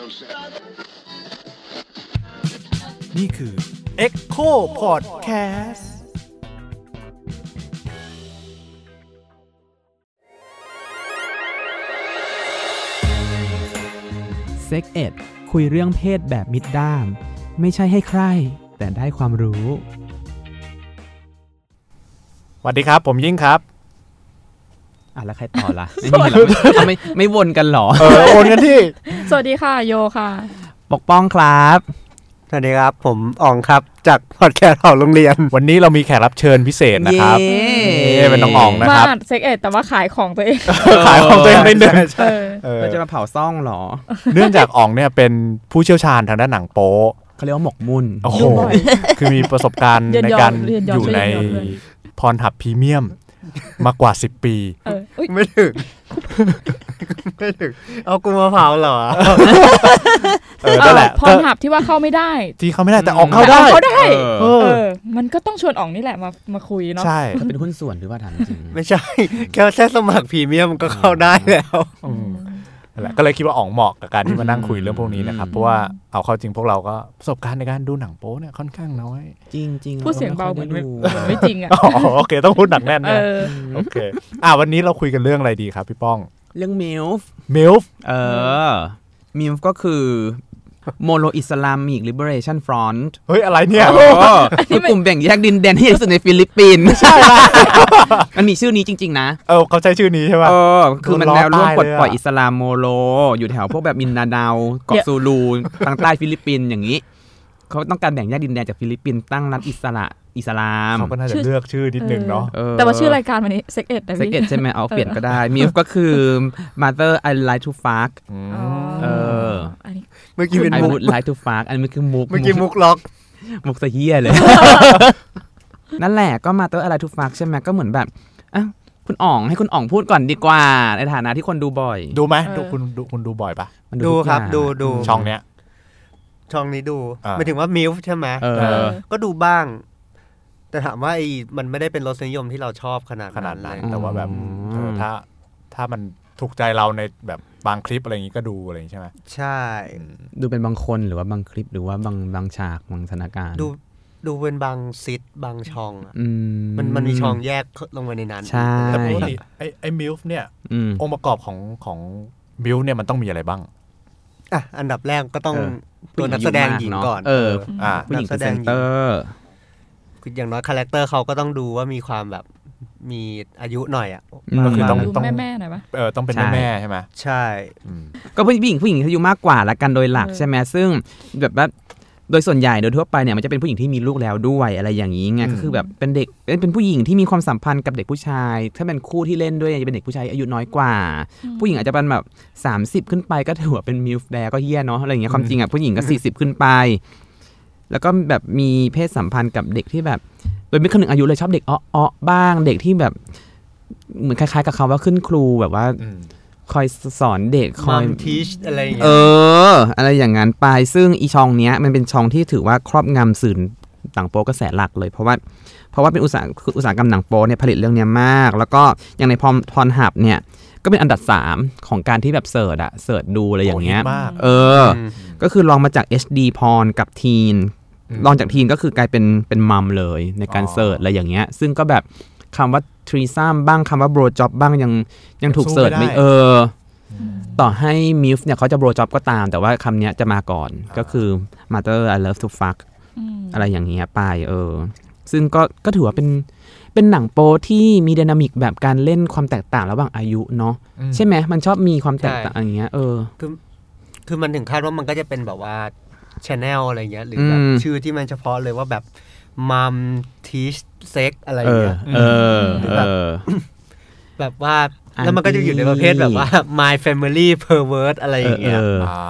นี่คือ Echo Podcast เซ็กเอ็ดคุยเรื่องเพศแบบมิดด้ามไม่ใช่ให้ใครแต่ได้ความรู้สวัสดีครับผมยิ่งครับแล้วใครต่อล่ะ ไม่มีหรอไม่วนกันหรอวนกันที่สวัสดีค่ะโยค่ะปกป้องครับสวัสดีครับผมอ๋องครับจากพอดแคสต์ของโรงเรียนวันนี้เรามีแขกรับเชิญพิเศษนะครับเป็นน้องอ๋องนะครับมาเซ็กเอ็ดแต่ว่าขายของตัวเองขายของตัวเองนิดนึงเราจะมาเผาซ่องหรอเนื่องจากอ๋องเนี่ยเป็นผู้เชี่ยวชาญทางด้านหนังโป๊เขาเรียกว่าหมกมุ่นโอ้โหคือมีประสบการณ์ในการอยู่ในพรหับพรีเมียมมากว่า10ปีไม่ถึงเอากูมาเผาเหรอนั่นแหละพรหับที่ว่าเข้าไม่ได้ที่เข้าไม่ได้แต่ออกเข้าได้มันก็ต้องชวนอ๋องนี่แหละมาคุยเนาะใช่เป็นหุ้นส่วนหรือว่าถามจริงไม่ใช่แค่สมัครพรีเมียมก็เข้าได้แล้วนั่นแหละก็เลยคิดว่าอ๋องเหมาะกับการที่มานั่งคุยเรื่องพวกนี้นะครับเพราะว่าเอาเข้าจริงพวกเราก็ประสบการณ์ในการดูหนังโป๊เนี่ยค่อนข้างน้อยจริงๆพูดเสียงเบาเหมือนไม่จริงอ่ะโอเคต้องพูดหนักแน่นนะโอเควันนี้เราคุยกันเรื่องอะไรดีครับพี่ป้องเรื่องMILF MILF ก็คือMolo Islamic Liberation Front เฮ้ยอะไรเนี่ยคือกลุ่มแบ่งแยกดินแดนที่ใหญ่ที่สุดในฟิลิปปินส์ใช่มันมีชื่อนี้จริงๆนะเขาใช้ชื่อนี้ใช่ป่ะคือมันแนวร่วมปลดปล่อยอิสลามโมโลอยู่แถวพวกแบบมินนาดาวเกาะซูลูทางใต้ฟิลิปปินส์อย่างนี้เขาต้องการแบ่งแยกดินแดนจากฟิลิปปินส์ตั้งรัฐอิสลามเขาก็น่าจะเลือกชื่อนิดนึงเนาะแต่ว่าชื่อรายการวันนี้เซ็กเอ็ดใช่ไหมเอาเปลี่ยนก็ได้MILF ก็คือ Mother I Like to Fuck เมื่อกี้เป็น I would like to fuck อันนี้คือมุกเมื่อกี้มุกล็อกมุกเหี้ยเลยนั่นแหละก็ Mother I Like to Fuck ใช่ไหมก็เหมือนแบบคุณอ๋องให้คุณอ๋องพูดก่อนดีกว่าในฐานะที่คนดูบ่อยดูไหมคุณดูบ่อยปะดูครับดูช่องเนี้ยช่องนี้ดูหมายถึงว่า MILF ใช่ไหมก็ดูบ้างแต่ถามว่ามันไม่ได้เป็นรสนิยมที่เราชอบขนาดนั้นแต่ว่าแบบถ้ามันถูกใจเราในแบบบางคลิปอะไรอย่างงี้ก็ดูอะไรอย่างงี้ใช่ไหมใช่ดูเป็นบางคนหรือว่าบางคลิปหรือว่าบางฉากบางสถานการณ์ดูเป็นบางซิทบางช่องมันมีช่องแยกลงมาในนั้นใช่แต่ปกติไอ้ MILF เนี่ยองค์ประกอบของ MILF เนี่ยมันต้องมีอะไรบ้างอันดับแรกก็ต้องตัวนักแสดงหญิงก่อนผู้หญิงเป็นเซนเตอร์อย่างน้อยคาแรคเตอร์เขาก็ต้องดูว่ามีความแบบมีอายุหน่อยก็คือต้องแม่ๆหน่อยป่ะต้องเป็นแม่ใช่ไหมใช่ก็ผู้หญิงอายุมากกว่าละกันโดยหลักใช่ไหมซึ่งแบบโดยส่วนใหญ่โดยทั่วไปเนี่ยมันจะเป็นผู้หญิงที่มีลูกแล้วด้วยอะไรอย่างนี้ไงก็คือแบบเป็นเด็กเป็นผู้หญิงที่มีความสัมพันธ์กับเด็กผู้ชายถ้าเป็นคู่ที่เล่นด้วยจะเป็นเด็กผู้ชายอายุน้อยกว่าผู้หญิงอาจจะเป็นแบบ30ขึ้นไปก็ถือว่าเป็น MILF แล้วก็เฮี้ยเนาะอะไรอย่างเงี้ยความจริงผู้หญิงก็40ขึ้นไปแล้วก็แบบมีเพศสัมพันธ์กับเด็กที่แบบโดยไม่คำนึงอายุเลยชอบเด็กบ้างเด็กที่แบบเหมือนคล้ายๆกับคำว่าขึ้นครูแบบว่าคอยสอนเด็กคอยทีชอะไรอย่างเงี้ยอะไรอย่างนั้นไปซึ่งอีช่องเนี้ยมันเป็นช่องที่ถือว่าครอบงำสื่อหนังโป๊กระแสหลักเลยเพราะว่าเป็นอุตสาหกรรมหนังโป๊เนี่ยผลิตเรื่องนี้มากแล้วก็อย่างในพรหับเนี่ยก็เป็นอันดับ3ของการที่แบบเสิร์ชดูอะไรอย่างเงี้ยก็คือลองมาจาก HD พรกับทีนลองจากทีนก็คือกลายเป็นมัมเลยในการเสิร์ชอะไรอย่างเงี้ยซึ่งก็แบบคำว่าทรีซัมบ้างคำว่าโบรจ็อบบ้างยังถูกเสิร์ชไม่ต่อให้ MILF เนี่ยเขาจะโบรจ็อบก็ตามแต่ว่าคำนี้จะมาก่อนก็คือ Mother I Love to Fuck อะไรอย่างเงี้ยไปซึ่งก็ถือว่าเป็นหนังโป๊ที่มีไดนามิกแบบการเล่นความแตกต่างระหว่างอายุเนาะใช่ไหมมันชอบมีความแตกต่างอย่างเงี้ยคือมันถึงคาดว่ามันก็จะเป็นแบบว่าchannel อะไรเงี้ยหรือแบบชื่อที่มันเฉพาะเลยว่าแบบ Mom Teach Sex อะไรเงี้ยแบบว่าแล้วมันก็จะอยู่ในประเภทแบบว่า My Family Pervert อะไรอย่างเงี้ย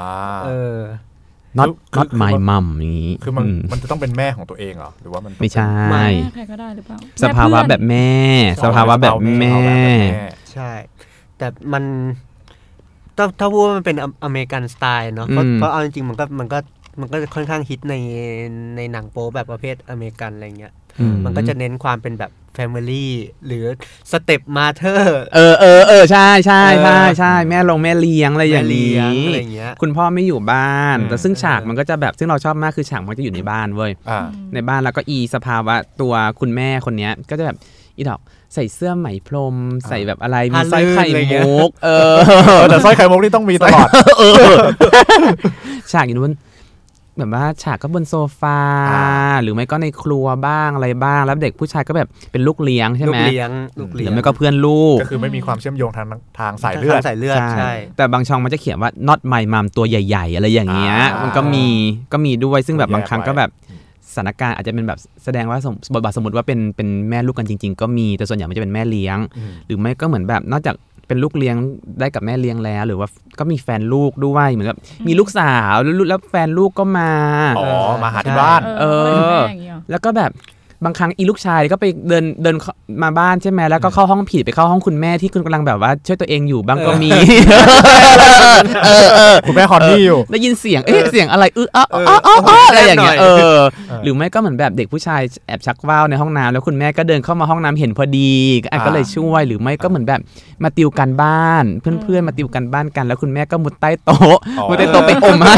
not my mom อย่างงี้คือมันจะต้องเป็นแม่ของตัวเองเหรอหรือว่ามันไม่ใช่ใครก็ได้หรือเปล่าสภาวะแบบแม่สภาวะแบบแม่ใช่แต่มันถ้าพูดว่ามันเป็นอเมริกันสไตล์เนาะเพราะเอาจริงๆมันก็ค่อนข้างฮิตในหนังโป๊แบบประเภทอเมริกันอะไรเงี้ยมันก็จะเน้นความเป็นแบบ Family หรือ Step Mother ใช่แม่เลี้ยงอะไรอย่างนี้อะไรอย่างเงี้ยคุณพ่อไม่อยู่บ้านแต่ซึ่งฉากมันก็จะแบบซึ่งเราชอบมากคือฉากมันจะอยู่ในบ้านเว้ยในบ้านแล้วก็สภาวะตัวคุณแม่คนนี้ก็จะแบบอีดอกใส่เสื้อไหมพรมใส่แบบอะไรมีสร้อยไข่มุกแต่สร้อยไข่มุกนี่ต้องมีตลอดฉากอยู่บนแบบว่าฉากก็บนโซฟาหรือไม่ก็ในครัวบ้างอะไรบ้างแล้วเด็กผู้ชายก็แบบเป็นลูกเลี้ยงใช่ไหมลูกเลี้ยงหรือไม่ก็เพื่อนลูกก็คือไม่มีความเชื่อมโยงทางสายเลือดใช่แต่บางช่องมันจะเขียนว่า not my mom ตัวใหญ่ๆอะไรอย่างเงี้ยมันก็มีด้วยซึ่งแบบบางครั้งก็แบบสถานการณ์อาจจะเป็นแบบแสดงว่าบทบาทสมมติว่าเป็นแม่ลูกกันจริงๆก็มีแต่ส่วนใหญ่มันจะเป็นแม่เลี้ยงหรือไม่ก็เหมือนแบบนอกจากเป็นลูกเลี้ยงได้กับแม่เลี้ยงแล้วหรือว่าก็มีแฟนลูกด้วยเหมือนกับมีลูกสาวแล้วแฟนลูกก็มามาหาที่บ้านแล้วก็แบบบางครั้งอีลูกชายก็ไปเดินมาบ้านใช่ไหมแล้วก็เข้าห้องผิดไปเข้าห้องคุณแม่ที่คุณกำลังแบบว่าช่วยตัวเองอยู่บ้างก็มีคุณแม่คอนนี่อยู่ได้ยินเสียงเสียงอะไรอะไรอย่างเงี้ยหรือไม่ก็เหมือนแบบเด็กผู้ชายแอบชักว่าวในห้องน้ำแล้วคุณแม่ก็เดินเข้ามาห้องน้ำเห็นพอดีก็เลยช่วยหรือไม่ก็เหมือนแบบมาติวกันบ้านเพื่อนๆมาติวกันบ้านกันแล้วคุณแม่ก็มุดใต้โต๊ะไปอม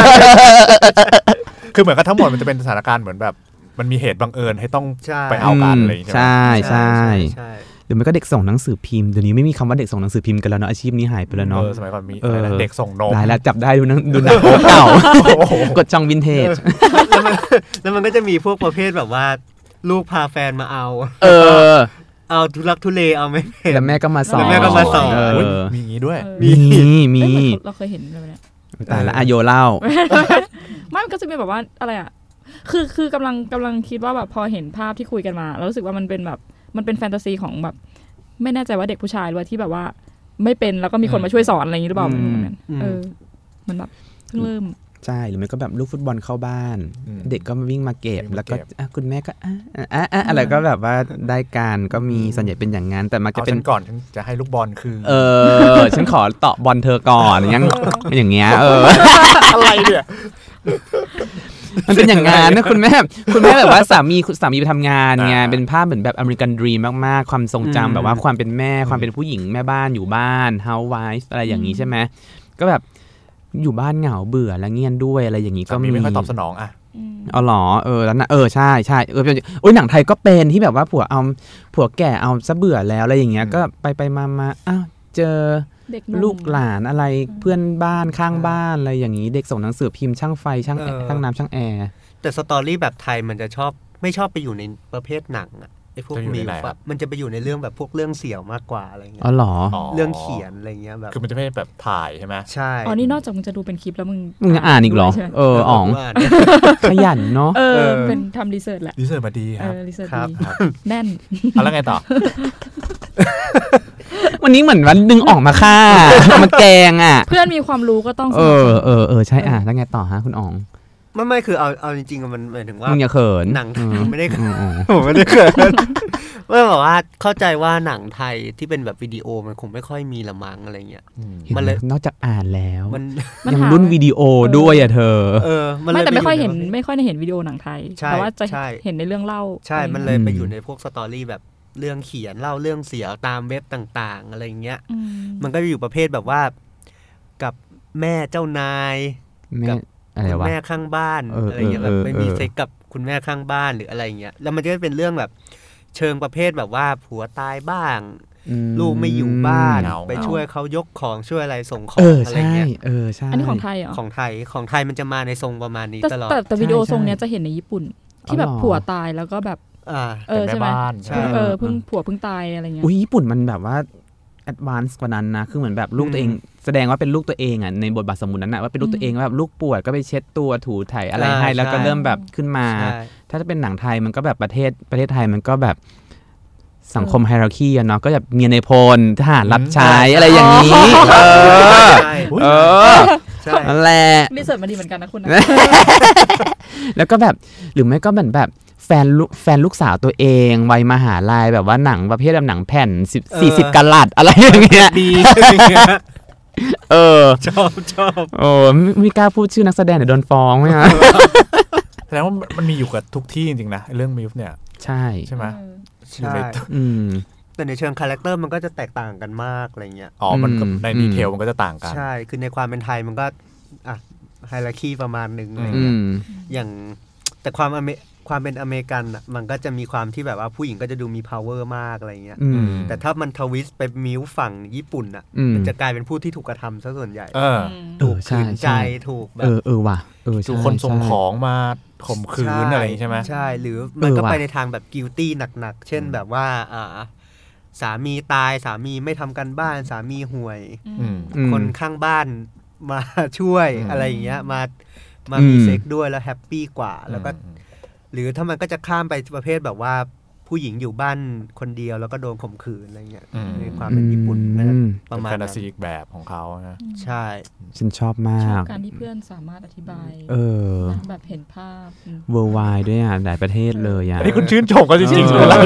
คือเหมือนกับทั้งหมดมันจะเป็นสถานการณ์เหมือนแบบมันมีเหตุบังเอิญให้ต้องไปเอากันอะไรอย่างเงี้ยใช่หรือไม่ก็เด็กส่งหนังสือพิมพ์เดี๋ยวนี้ไม่มีคำว่าเด็กส่งหนังสือพิมพ์กันแล้วเนาะอาชีพนี้หายไปแล้วเนาะสมัยก่อนมีเด็กส่งนมได้แล้วจับได้ดูหนังเก่ากดช่องวินเทจแล้วมันก็จะมีพวกประเภทแบบว่าลูกพาแฟนมาเอาทุลักทุเลเอาไม่เป็นแล้วแม่ก็มาสอนมีอย่างนี้ด้วยมีเราเคยเห็นเลยเนี่ยตายแล้วอโยเล่าไม่มันก็จะเป็นแบบว่าอะไรอ่ะคือกำลังคิดว่าแบบพอเห็นภาพที่คุยกันมาแล้วรู้สึกว่ามันเป็นแบบมันเป็นแฟนตาซีของแบบไม่แน่ใจว่าเด็กผู้ชายหรือว่าที่แบบว่าไม่เป็นแล้วก็มีคนมาช่วยสอนอะไรอย่างนี้หรือเปล่ามันแบบเพิ่งเริ่มใช่หรือไม่ก็แบบลูกฟุตบอลเข้าบ้านเด็กก็มาวิ่งมาเก็บแล้วก็คุณแม่ก็อะไรก็แบบว่าได้การก็มีส่วนใหญ่เป็นอย่างนั้นแต่มันจะเป็นก่อนจะให้ลูกบอลคือฉันขอเตะบอลเธอก่อนอย่างเงี้ยอะไรเนี่ยมันเป็นอย่างงั้นนะคุณแม่แบบว่าสามีไปทำงานไงเป็นภาพเหมือนแบบอเมริกันดรีมมากๆความทรงจำแบบว่าความเป็นแม่ความเป็นผู้หญิงแม่บ้านอยู่บ้าน housewife อะไรอย่างนี้ใช่ไหมก็แบบอยู่บ้านเหงาเบื่อแล้วเงียบด้วยอะไรอย่างนี้ก็มีไม่ค่อยตอบสนองเอาหรอแล้วนะใช่หนังไทยก็เป็นที่แบบว่าผัวแก่เอาซะเบื่อแล้วอะไรอย่างเงี้ยก็ไปมาอ้าวเจอลูกหลานอะไรเพื่อนบ้านข้างบ้านอะไรอย่างนี้เด็กส่งหนังสือพิมพ์ช่างไฟช่างน้ำช่างแอร์แต่สตอรี่แบบไทยมันจะไม่ชอบไปอยู่ในประเภทหนังอะไอ้พวกมีแบบมันจะไปอยู่ในเรื่องแบบพวกเรื่องเสี่ยวมากกว่าอะไรเงี้ยอ๋อเหรอเรื่องเขียนอะไรเงี้ยแบบคือมันจะไม่แบบถ่ายใช่ไหมใช่นี่นอกจากมึงจะดูเป็นคลิปแล้วมึงอ่านอีกเหรออ๋องขยันเนาะเป็นทำรีเสิร์ชแหละรีเสิร์ชมาดีครับรีเสิร์ชดีแน่นแล้วไงต่อวันนี้เหมือนวันดึงออกมาฆ่ามาแกงเพื่อนมีความรู้ก็ต้องใช่แล้วไงต่อฮะคุณอ๋องไม่คือเอาจริงๆมันหมายถึงว่ามึงอย่าเขินหนังไม่ได้ผมไม่ได้เขินไม่บอกว่าเข้าใจว่าหนังไทยที่เป็นแบบวิดีโอมันคงไม่ค่อยมีละมั้งอะไรเงี้ยมันเลยนอกจากอ่านแล้วยังรุ่นวิดีโอด้วยเธอไม่แต่ไม่ค่อยได้เห็นวิดีโอหนังไทยแต่ว่าจะเห็นในเรื่องเล่าใช่มันเลยไปอยู่ในพวกสตอรี่แบบเรื่องเขียนเล่าเรื่องเสียตามเว็บต่างๆอะไรเงี้ยมันก็จะอยู่ประเภทแบบว่ากับแม่เจ้านายกับคุณแม่ข้างบ้านอะไรเงี้ยแบบไม่มีเซ็กกับคุณแม่ข้างบ้านหรืออะไรเงี้ยแล้วมันก็จะเป็นเรื่องแบบเชิงประเภทแบบว่าผัวตายบ้างลูกไม่อยู่บ้านไปช่วยเขายกของช่วยอะไรส่งของอะไรเงี้ยใช่อันนี้ของไทยเหรอของไทยมันจะมาในทรงประมาณนี้ตลอดแต่วิดีโอทรงเนี้ยจะเห็นในญี่ปุ่นที่แบบผัวตายแล้วก็แบบใช่ไหมใช่เพิ่งผัวเพิ่งตายอะไรเงี้ยญี่ปุ่นมันแบบว่าแอดวานซ์กว่านั้นนะคือเหมือนแบบลูกตัวเองแสดงว่าเป็นลูกตัวเองในบทบาทสมมุตินั้นนะว่าเป็นลูกตัวเองแบบลูกป่วยก็ไปเช็ดตัวถูไถอะไรให้แล้วก็เริ่มแบบขึ้นมาถ้าจะเป็นหนังไทยมันก็แบบประเทศไทยมันก็แบบสังคมไฮรักีเนาะก็แบบเมียในพลทหารรับใช้อะไรอย่างนี้นั่นแหละรีเสิร์ชมาดีเหมือนกันนะคุณแล้วก็แบบหรือไม่ก็แบบแฟนลูกสาวตัวเองวัยมหาลัยแบบว่าหนังประเภทแบบหนังแผ่น40 กะรัตอะไรอย่างเงี้ยชอบไม่กล้าพูดชื่อนักแสดงเดี๋ยวโดนฟ้องไหมฮะแสดงว่ามันมีอยู่กับทุกที่จริงๆนะเรื่องมิวเนี่ยใช่ไหมใช่แต่ในเชิงคาแรคเตอร์มันก็จะแตกต่างกันมากอะไรเงี้ยมันในดีเทลมันก็จะต่างกันใช่คือในความเป็นไทยมันก็ไฮรักีประมาณนึงอะไรเงี้ยอย่างแต่ความเป็นอเมริกันมันก็จะมีความที่แบบว่าผู้หญิงก็จะดูมี power มากอะไรเงี้ยแต่ถ้ามันทวิสต์ไปมิวฝั่งญี่ปุ่นมันจะกลายเป็นผู้ที่ถูกกระทำซะส่วนใหญ่ถูกขืนใจถูกแบบว่ะถูกคนส่งของมาข่มขืนอะไรใช่ไหมใช่หรือมันก็ไปในทางแบบ guilty หนักๆเช่นแบบว่าสามีตายสามีไม่ทำกันบ้านสามีห่วยคนข้างบ้านมาช่วยอะไรอย่างเงี้ยมามีเซ็กด้วยแล้วแฮปปี้กว่าแล้วก็หรือถ้ามันก็จะข้ามไปประเภทแบบว่าผู้หญิงอยู่บ้านคนเดียวแล้วก็โดนข่มขืนอะไรเงี้ยในความเป็นญี่ปุ่นประมาณแฟนตาซีอีกแบบของเขานะใช่ฉันชอบมากชอบการที่เพื่อนสามารถอธิบายแบบเห็นภาพเวอร์ไวด์ด้วยหลายประเทศเลยอันนี้คุณชื่นชมกันจริงๆเลย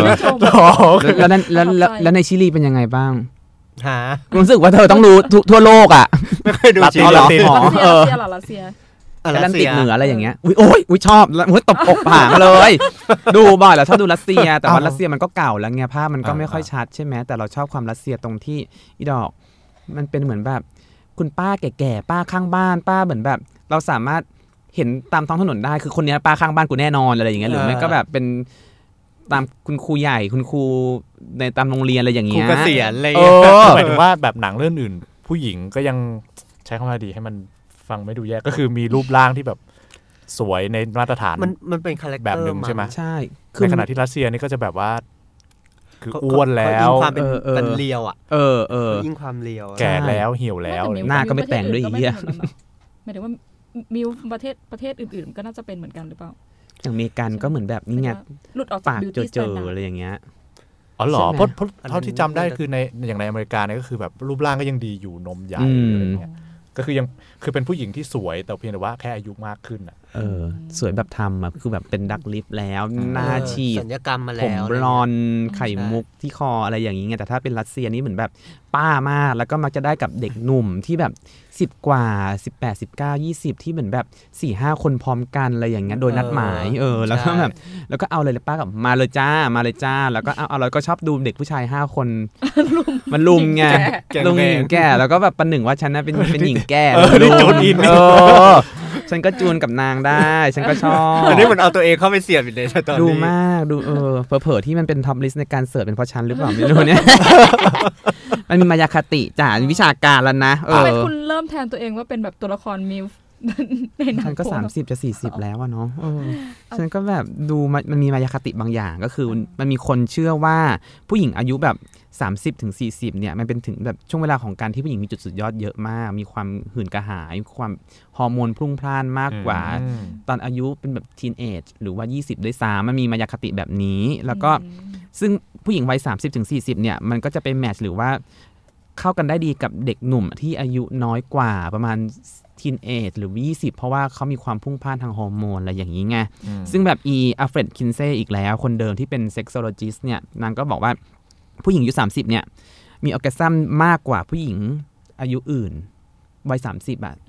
แล้วในชิลีเป็นยังไงบ้างหารู้สึกว่าเธอต้องรู้ทั่วโลกอ่ะไม่เคยดูชิลีรัสเซียแลนติกเหนืออะไรอย่างเงี้ยอุ้ยชอบแล้วตบอกผางเลย ดูบ่อยแล้วชอบดูรัสเซียแต่ว่ารัสเซียมันก็เก่าแล้วไงภาพมันก็ไม่ค่อยชัดใช่ไหมแต่เราชอบความรัสเซียตรงที่อีดอกมันเป็นเหมือนแบบคุณป้าแก่ๆป้าข้างบ้านป้าเหมือนแบบเราสามารถเห็นตามท้องถนนได้คือคนนี้ป้าข้างบ้านกูแน่นอนอะไรอย่างเงี้ยหรือไม่ก็แบบเป็นตามคุณครูใหญ่คุณครูในตามโรงเรียนอะไรอย่างเงี้ยครูเกษียณอะไรหมายถึงว่าแบบหนังเรื่องอื่นผู้หญิงก็ยังใช้คำว่าดีให้มันฟังไม่ดูแย่ก็คือมีรูปร่างที่แบบสวยในมาตรฐานมันเป็นคาแรคเตอร์แบบนึงใช่ไหมใช่ในขณะที่รัสเซียนี่ก็จะแบบว่าคืออ้วนแล้วความเป็นเรียวยิ่งความเรียวแก่แล้วเหี่ยวแล้วหน้าก็ไม่แต่งด้วยเหี้ยหมายถึงว่ามีประเทศอื่นๆก็น่าจะเป็นเหมือนกันหรือเปล่าอย่างอเมริกันก็เหมือนแบบนี่ไงหลุดออกจากบิวตี้สแตนดาร์ดอะไรอย่างเงี้ยอ๋อเหรอเพราะเท่าที่จำได้คือในอย่างในอเมริกาเนี่ยก็คือแบบรูปร่างก็ยังดีอยู่นมใหญ่อะไรเงี้ยก็คือยังคือเป็นผู้หญิงที่สวยแต่เพียงแต่ว่าแค่อายุมากขึ้นสวยแบบทำคือแบบเป็นดักลิฟแล้วหน้าฉีดศัลยกรรมมาแล้วผมบลอนไข่มุกที่คออะไรอย่างนี้ไงแต่ถ้าเป็นรัสเซียนี่เหมือนแบบป้ามากแล้วก็มักจะได้กับเด็กหนุ่มที่แบบ10กว่า18 19 20ที่เหมือนแบบ 4-5 คนพร้อมกันอะไรอย่างเงี้ยโดยนัดหมายแล้วก็แบบแล้วก็เอาเลยป้ากับมาเลยจ้าแล้วก็เอาเราก็ชอบดูเด็กผู้ชาย5คนมันลุมไงลุมหญิงแก่แล้วก็แบบประหนึ่งว่าฉันน่ะเป็นหญิงแก่จูนอินฉันก็จูนกับนางได้ฉันก็ชอบอันนี้มันเอาตัวเองเข้าไปเสียบอยู่ในตอนนี้ดูมากดูเผลอๆที่มันเป็นท็อปลิสต์ในการเสิร์ชเป็นเพราะฉันหรือเปล่าไม่รู้เนี่ยมันมีมายาคติจ้ะวิชาการแล้วนะทำไมคุณเริ่มแทนตัวเองว่าเป็นแบบตัวละครมิลฟ์ในหนังฉันก็30จะ40แล้วอะเนาะฉันก็แบบดูมันมีมายาคติบางอย่างก็คือมันมีคนเชื่อว่าผู้หญิงอายุแบบ30ถึง40เนี่ยมันเป็นถึงแบบช่วงเวลาของการที่ผู้หญิงมีจุดสุดยอดเยอะมากมีความหื่นกระหายความฮอร์โมนพรุ่งพล่านมากกว่าตอนอายุเป็นแบบทีนเอจหรือว่า20ด้วยซ้ำมันมีมายาคติแบบนี้แล้วก็ซึ่งผู้หญิงวัย30ถึง40เนี่ยมันก็จะไปแมทช์หรือว่าเข้ากันได้ดีกับเด็กหนุ่มที่อายุน้อยกว่าประมาณทีนเอจหรือ20เพราะว่าเขามีความพุ่งพล่านทางฮอร์โมนอะไรอย่างนี้ไงซึ่งแบบอัลเฟรดคินเซ่อีกแล้วคนเดิมที่เป็นเซ็กโซโลจิสต์เนี่ยนางก็บอกว่าผู้หญิงอายุ30เนี่ยมีออร์แกซัมมากกว่าผู้หญิงอายุอื่นวัย30อ่ะ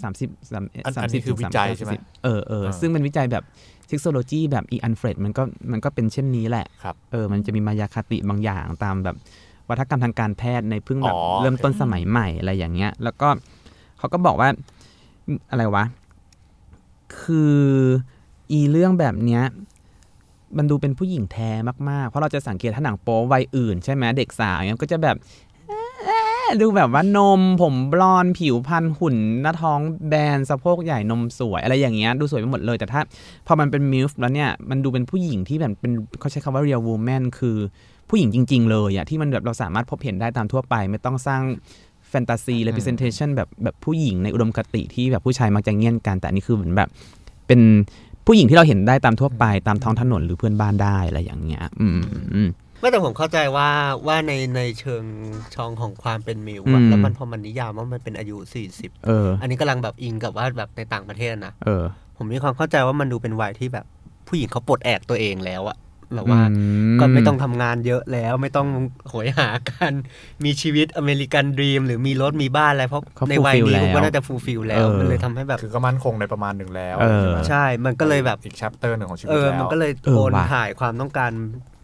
30 คือวิจัยใช่ไหมซึ่งเป็นวิจัยแบบเซ็กโซโลจีแบบอัลเฟรดมันก็เป็นเช่นนี้แหละมันจะมีมายาคติบางอย่างตามแบบวัฒกรรมทางการแพทย์ในเพิ่งแบบเริ่มต้นสมัยใหม่อะไรอย่างเงี้ยแล้วก็เขาก็บอกว่าอะไรวะคือเรื่องแบบเนี้ยมันดูเป็นผู้หญิงแท้มากๆเพราะเราจะสังเกตถ้าหนังโป๊วัยอื่นใช่ไหมเด็กสาวอย่างเงี้ยก็จะแบบดูแบบว่านมผมบลอนผิวพรรณหุ่นหน้าท้องแบนสะโพกใหญ่นมสวยอะไรอย่างเงี้ยดูสวยไปหมดเลยแต่ถ้าพอมันเป็นมิลฟ์แล้วเนี่ยมันดูเป็นผู้หญิงที่แบบเป็นเขาใช้คำว่า real woman คือผู้หญิงจริงๆเลยอะที่มันแบบเราสามารถพบเห็นได้ตามทั่วไปไม่ต้องสร้างแฟนตาซี representation แบบผู้หญิงในอุดมคติที่แบบผู้ชายมักจะเงี่ยนกันแต่อันนี้คือเหมือนแบบเป็นผู้หญิงที่เราเห็นได้ตามทั่วไปตามท้องถนนหรือเพื่อนบ้านได้อะไรอย่างเงี้ยไม่แต่ผมเข้าใจว่าในเชิงช่องของความเป็นมิลแล้วมันพอมันนิยามว่ามันเป็นอายุ40อันนี้กำลังแบบอิงกับว่าแบบในต่างประเทศนะผมมีความเข้าใจว่ามันดูเป็นวัยที่แบบผู้หญิงเขาปลดแอกตัวเองแล้วอะแบบว่าก็ไม่ต้องทำงานเยอะแล้วไม่ต้องโหยหากันมีชีวิตอเมริกันดรีมหรือมีรถมีบ้านอะไรเพราะในวัยนี้ผมก็น่าจะฟูลฟิลแล้วมันเลยทำให้แบบคือก็มั่นคงในประมาณหนึ่งแล้วใช่มันก็เลยแบบอีกแชปเตอร์หนึ่งของชีวิตแล้วมันก็เลยโอนถ่ายความต้องการ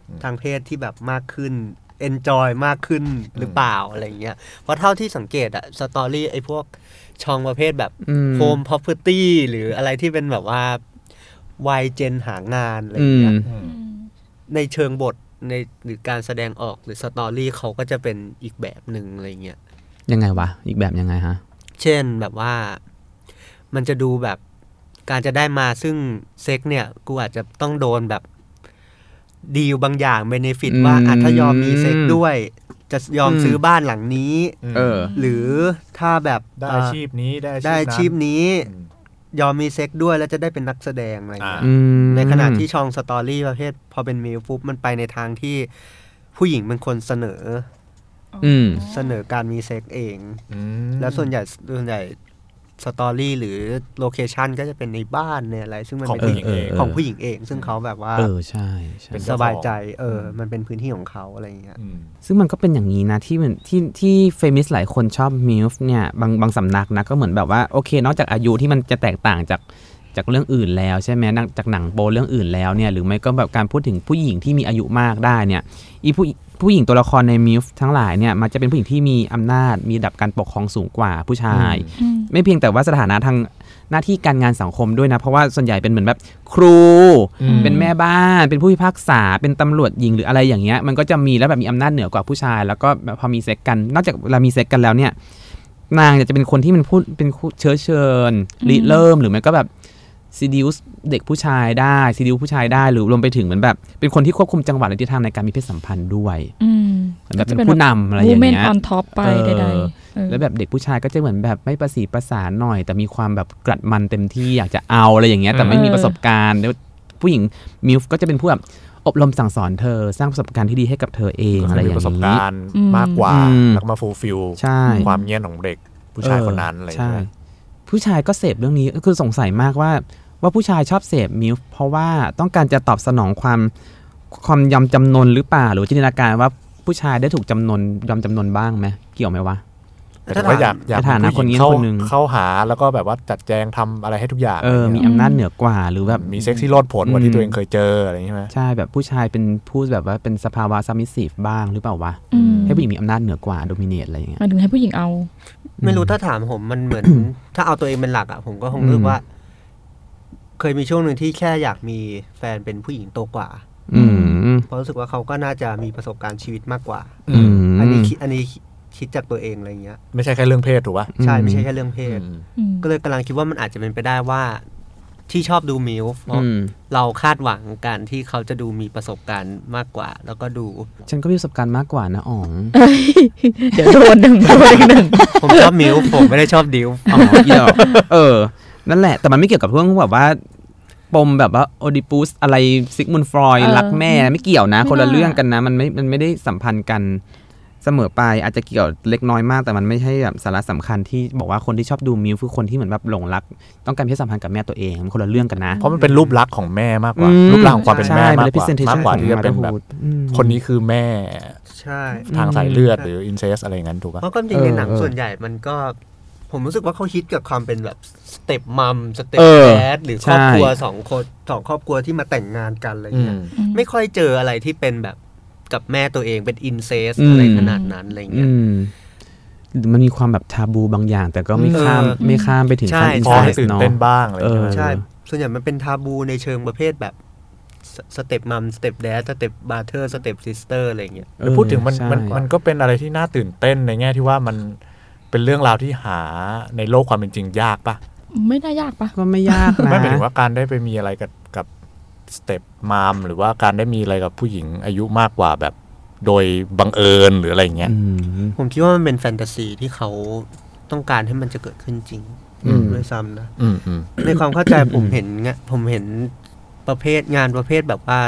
ทางเพศที่แบบมากขึ้น enjoy มากขึ้นหรือเปล่าอะไรเงี้ยเพราะเท่าที่สังเกตอะสตอรี่ไอ้พวกช่องประเภทแบบ home property หรืออะไรที่เป็นแบบว่าวัยเจนหางานอะไรเงี้ยในเชิงบทในหรือการแสดงออกหรือสตอรี่เขาก็จะเป็นอีกแบบหนึ่งอะไรเงี้ยยังไงวะอีกแบบยังไงฮะเช่นแบบว่ามันจะดูแบบการจะได้มาซึ่งเซ็กเนี่ยกูอาจจะต้องโดนแบบดีลบางอย่างเบเนฟิตว่าถ้ายอมมีเซ็กด้วยจะยอมซื้อบ้านหลังนี้หรือถ้าแบบได้อาชีพนี้ได้อาชีพนี้ยอมมีเซ็กด้วยแล้วจะได้เป็นนักแสดงอะไรอย่างเงี้ยในขณะที่ช่องสตอรี่ประเภทพอเป็นมิลปุ๊บมันไปในทางที่ผู้หญิงเป็นคนเสนอการมีเซ็กเองแล้วส่วนใหญ่สตอรี่หรือโลเคชันก็จะเป็นในบ้านเนี่ยอะไรซึ่งมันเป็นของผู้หญิงเองซึ่งเขาแบบว่าใช่เป็นสบายใจมันเป็นพื้นที่ของเขาอะไรอย่างเงี้ยซึ่งมันก็เป็นอย่างนี้นะที่เฟมินิสต์หลายคนชอบมิลฟ์เนี่ยบางสำนักนะก็เหมือนแบบว่าโอเคนอกจากอายุที่มันจะแตกต่างจากเรื่องอื่นแล้วใช่ไหมจากหนังโป๊เรื่องอื่นแล้วเนี่ยหรือไม่ก็แบบการพูดถึงผู้หญิงที่มีอายุมากได้เนี่ยผู้หญิงตัวละครในมิลฟ์ทั้งหลายเนี่ยมันจะเป็นผู้หญิงที่มีอำนาจมีระดับการปกครองสูงกว่าผู้ชายไม่เพียงแต่ว่าสถานะทางหน้าที่การงานสังคมด้วยนะเพราะว่าส่วนใหญ่เป็นเหมือนแบบครูเป็นแม่บ้านเป็นผู้พิพากษาเป็นตำรวจหญิงหรืออะไรอย่างเงี้ยมันก็จะมีแล้วแบบมีอำนาจเหนือกว่าผู้ชายแล้วก็พอมีเซ็กกันนอกจากเวลามีเซ็กกันแล้วเนี่ยนางจะเป็นคนที่มันพูดเป็นเชิญริเริ่มหรือไม่ก็แบบseduce เด็กผู้ชายได้ seduce ผู้ชายได้หรือรวมไปถึงเหมือนแบบเป็นคนที่ควบคุมจังหวะและทิศทางในการมีเพศสัมพันธ์ด้วยก็จะเป็นผู้นำอะไรอย่างเงี้ย women on top ไปใดๆแล้วแบบเด็กผู้ชายก็จะเหมือนแบบไม่ประสีประสานหน่อยแต่มีความแบบกรัดมันเต็มที่อยากจะเอาอะไรอย่างเงี้ยแต่ไม่มีประสบการณ์แล้วผู้หญิงมิลฟ์ก็จะเป็นผู้แบบอบรมสั่งสอนเธอสร้างประสบการณ์ที่ดีให้กับเธอเองอะไรอย่างนี้ประสบการณ์มากกว่าแล้วมาฟูลฟิลความเงี้ยของเด็กผู้ชายคนนั้นอะไรอย่างเงี้ยผู้ชายก็เสพเรื่องนี้คือสงสัยมากว่าผู้ชายชอบเสพมิลฟ์เพราะว่าต้องการจะตอบสนองความยอมจำนนหรือเปล่าหรือจินตนาการว่าผู้ชายได้ถูกยอมจำนนบ้างไหมเกี่ยวไหมวะแต่ว่าอยากฐานะคนนี้คนนึงเข้าหาแล้วก็แบบว่าจัดแจงทำอะไรให้ทุกอย่างมีอำนาจเหนือกว่าหรือแบบมีเซ็กซี่โลดผลกว่าที่ตัวเองเคยเจออะไรอย่างนี้ใช่ไหมใช่แบบผู้ชายเป็นผู้แบบว่าเป็นสภาวะซัมมิสซีฟบ้างหรือเปล่าวะให้ผู้หญิงมีอำนาจเหนือกว่าโดมิเนตอะไรอย่างเงี้ยมาถึงให้ผู้หญิงเอาไม่รู้ถ้าถามผมมันเหมือน ถ้าเอาตัวเองเป็นหลักอ่ะผมก็คงรู้ว่าเคยมีช่วงหนึ่งที่แค่อยากมีแฟนเป็นผู้หญิงโตกว่าเพราะรู้สึกว่าเขาก็น่าจะมีประสบการณ์ชีวิตมากกว่าอันนี้คิดจากตัวเองอะไรเงี้ยไม่ใช่แค่เรื่องเพศถูกป่ะใช่ไม่ใช่แค่เรื่องเพศก็เลยกำลังคิดว่ามันอาจจะเป็นไปได้ว่าที่ชอบดูมิลฟ์เพราะเราคาดหวังการที่เขาจะดูมีประสบการณ์มากกว่าแล้วก็ดูฉันก็มีประสบการณ์มากกว่านะอ๋องเดี๋ยวโดนหนึ่งผมชอบมิลฟ์ผมไม่ได้ชอบดิลฟ์นั่นแหละแต่มันไม่เกี่ยวกับเรื่องแบบว่าปมแบบว่าโอดิปูสอะไรซิกมุนฟรอยด์รักแม่ไม่เกี่ยวนะคนละเรื่องกันนะมันไม่ได้สัมพันธ์กันเสมอไปอาจจะเกี่ยวเล็กน้อยมากแต่มันไม่ใช่แบบสาระสำคัญที่บอกว่าคนที่ชอบดูมิลฟ์คือคนที่เหมือนแบบหลงรักต้องการเพศสัมพันธ์กับแม่ตัวเองมันคนละเรื่องกันนะเพราะมันเป็นรูปลักษณ์ของแม่มากกว่ารูปลักษณ์ของความเป็นแม่มากกว่าที่จะเป็นแบบคนนี้คือแม่ใช่ทางสายเลือดหรืออินเซสอะไรอย่างนั้นถูกป่ะเพราะก็จริงในหนังส่วนใหญ่มันก็ผมรู้สึกว่าเขาฮิตกับความเป็นแบบสเต็ปมัมสเต็ปแดดหรือครอบครัวสองครอบครัวที่มาแต่งงานกันอะไรเงี้ยไม่ค่อยเจออะไรที่เป็นแบบกับแม่ตัวเองเป็นอินเซสอะไรขนาดนั้นอะไรเงี้ยมันมีความแบบทาบูบางอย่างแต่ก็ไม่ข้ามไปถึงขั้นอินเซสตื่นเต้นบ้างอะไรอย่างเงี้ยใช่ส่วนใหญ่มันเป็นทาบูในเชิงประเภทแบบสเต็ปมัมสเต็ปแดดสเต็ปบราเธอร์สเต็ปซิสเตอร์อะไรเงี้ยพูดถึงมันก็เป็นอะไรที่น่าตื่นเต้นในแง่ที่ว่ามันเป็นเรื่องราวที่หาในโลกความเป็นจริงยากปะไม่ได้ยากปะก็ไม่ยากนะไม่หมายถึงว่าการได้ไปมีอะไรกับสเต็ปมัมหรือว่าการได้มีอะไรกับผู้หญิงอายุมากกว่าแบบโดยบังเอิญหรืออะไรเงี้ยผมคิดว่ามันเป็นแฟนตาซีที่เขาต้องการให้มันจะเกิดขึ้นจริงด้วยซ้ำนะในความเข้าใจผมเห็นประเภทงานประเภทแบบว่า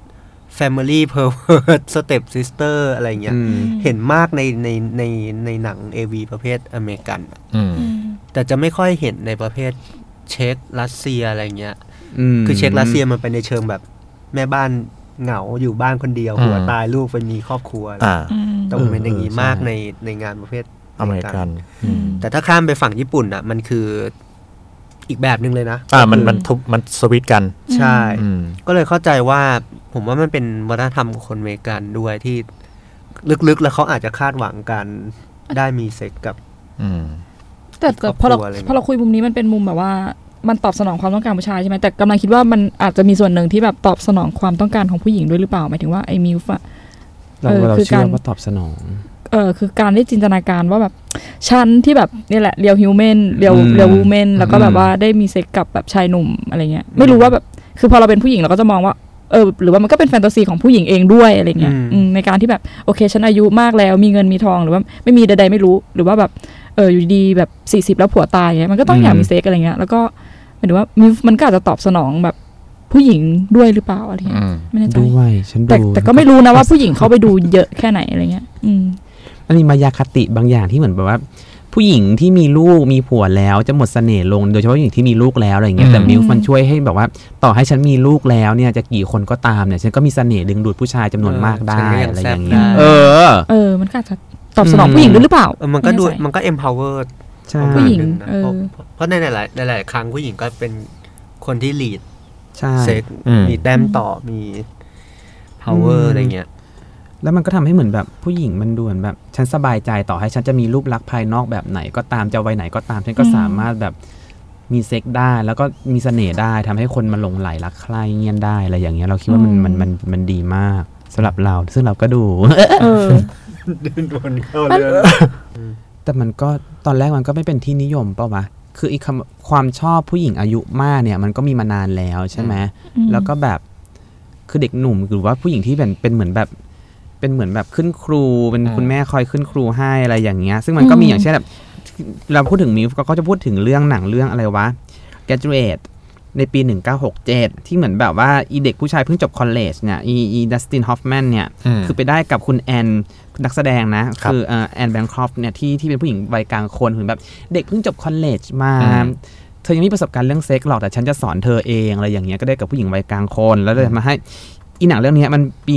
Family Pervert Step Sister อะไรเงี้ยเห็นมากในหนัง AV ประเภทอเมริกันแต่จะไม่ค่อยเห็นในประเภทเช็กรัสเซียอะไรเงี้ยคือเช็กรัสเซียมันเป็นในเชิงแบบแม่บ้านเหงาอยู่บ้านคนเดียวหัวตายลูกไปมีครอบครัวแต่ผมเป็นอย่างนี้มากในงานประเภทอเมริกันแต่ถ้าข้ามไปฝั่งญี่ปุ่นอ่ะมันคืออีกแบบนึงเลยนะมันสวิตกันใช่ก็เลยเข้าใจว่าผมว่ามันเป็นวัฒนธรรมของคนอเมริกันด้วยที่ลึกๆแล้วเขาอาจจะคาดหวังกันได้มีเซ็กกับแต่พอเราคุยมุมนี้มันเป็นมุมแบบว่ามันตอบสนองความต้องการผู้ชายใช่ไหมแต่กำลังคิดว่ามันอาจจะมีส่วนหนึ่งที่แบบตอบสนองความต้องการของผู้หญิงด้วยหรือเปล่าหมายถึงว่าไอ้มิลฟ์อะเราเชื่อว่าตอบสนองคือการได้จินตนาการว่าแบบฉันที่แบบนี่แหละเรียวฮิวแมนเรียววูแมนแล้วก็แบบว่าได้มีเซ็กกับแบบชายหนุ่มอะไรเงี้ยไม่รู้ว่าแบบคือพอเราเป็นผู้หญิงเราก็จะมองว่าหรือว่ามันก็เป็นแฟนตาซีของผู้หญิงเองด้วยอะไรเงี้ยในการที่แบบโอเคฉันอายุมากแล้วมีเงินมีทองหรือว่าไม่มีใดๆไม่รู้หรือว่าแบบอยู่ดีแบบ40แล้วผัวตายเงี้ยมันก็ต้องอยากมีเซ็กอะไรเงี้ยแล้วก็หมายถึงว่ามันก็อาจจะตอบสนองแบบผู้หญิงด้วยหรือเปล่าอะไรเงี้ยไม่แน่ใจด้วยฉันดูแต่ก็ไม่รู้นะว่าผู้หญิงเขาไปดูเยอะแค่ไหนอะไรเงี้ยมันมีมายาคติบางอย่างที่เหมือนแบบว่าผู้หญิงที่มีลูกมีผัวแล้วจะหมดเสน่ห์ลงโดยเฉพาะผู้หญิงที่มีลูกแล้วอะไรเงี้ยแต่มิลฟ์มันช่วยให้แบบว่าต่อให้ฉันมีลูกแล้วเนี่ยจะกี่คนก็ตามเนี่ยฉันก็มีเสน่ห์ดึงดูดผู้ชายจำนวนมากได้อะไรอย่างเงี้ยมันก็อาจจะตอบสนองผู้หญิงด้วยหรือเปล่ามันก็ดูมันก็ empower ผู้หญิงเพราะในหลายครั้งผู้หญิงก็เป็นคนที่ lead เซ็กมีแต้มต่อมี power อะไรเงี้ยแล้วมันก็ทำให้เหมือนแบบผู้หญิงมันดูเหมือนแบบฉันสบายใจต่อให้ฉันจะมีรูปลักษณ์ภายนอกแบบไหนก็ตามจะวัยไหนก็ตามฉันก็สามารถแบบมีเซ็กได้แล้วก็มีเสน่ห์ได้ทำให้คนมาหลงไหลรักใคร่เงี้ยได้อะไรอย่างเงี้ยเราคิดว่ามันดีมากสำหรับเราซึ่งเราก็ดูเดินวนเข้าเลยแต่มันก็ตอนแรกมันก็ไม่เป็นที่นิยมป่าววะคืออีกความชอบผู้หญิงอายุมากเนี่ยมันก็มีมานานแล้วใช่ไหมแล้วก็แบบคือเด็กหนุ่มหรือว่าผู้หญิงที่เป็นเหมือนแบบขึ้นครูเป็นคุณแม่คอยขึ้นครูให้อะไรอย่างเงี้ยซึ่งมันก็มีอย่างเช่นแบบเราพูดถึงมิลฟ์ก็จะพูดถึงเรื่องหนังเรื่องอะไรวะ Graduate ในปี1967ที่เหมือนแบบว่าอีเด็กผู้ชายเพิ่งจบคอลเลจเนี่ยอีดัสตินฮอฟแมนเนี่ยคือไปได้กับคุณแอนนักแสดงนะคือแอนแบงคอฟเนี่ยที่เป็นผู้หญิงวัยกลางคนเหมือนแบบเด็กเพิ่งจบคอลเลจมาเธอยังมีประสบการณ์เรื่องเซ็กหรอกแต่ฉันจะสอนเธอเองอะไรอย่างเงี้ยก็ได้กับผู้หญิงวัยกลางคนแล้วเลยมาให้อีหนังเรื่องนี้มันปี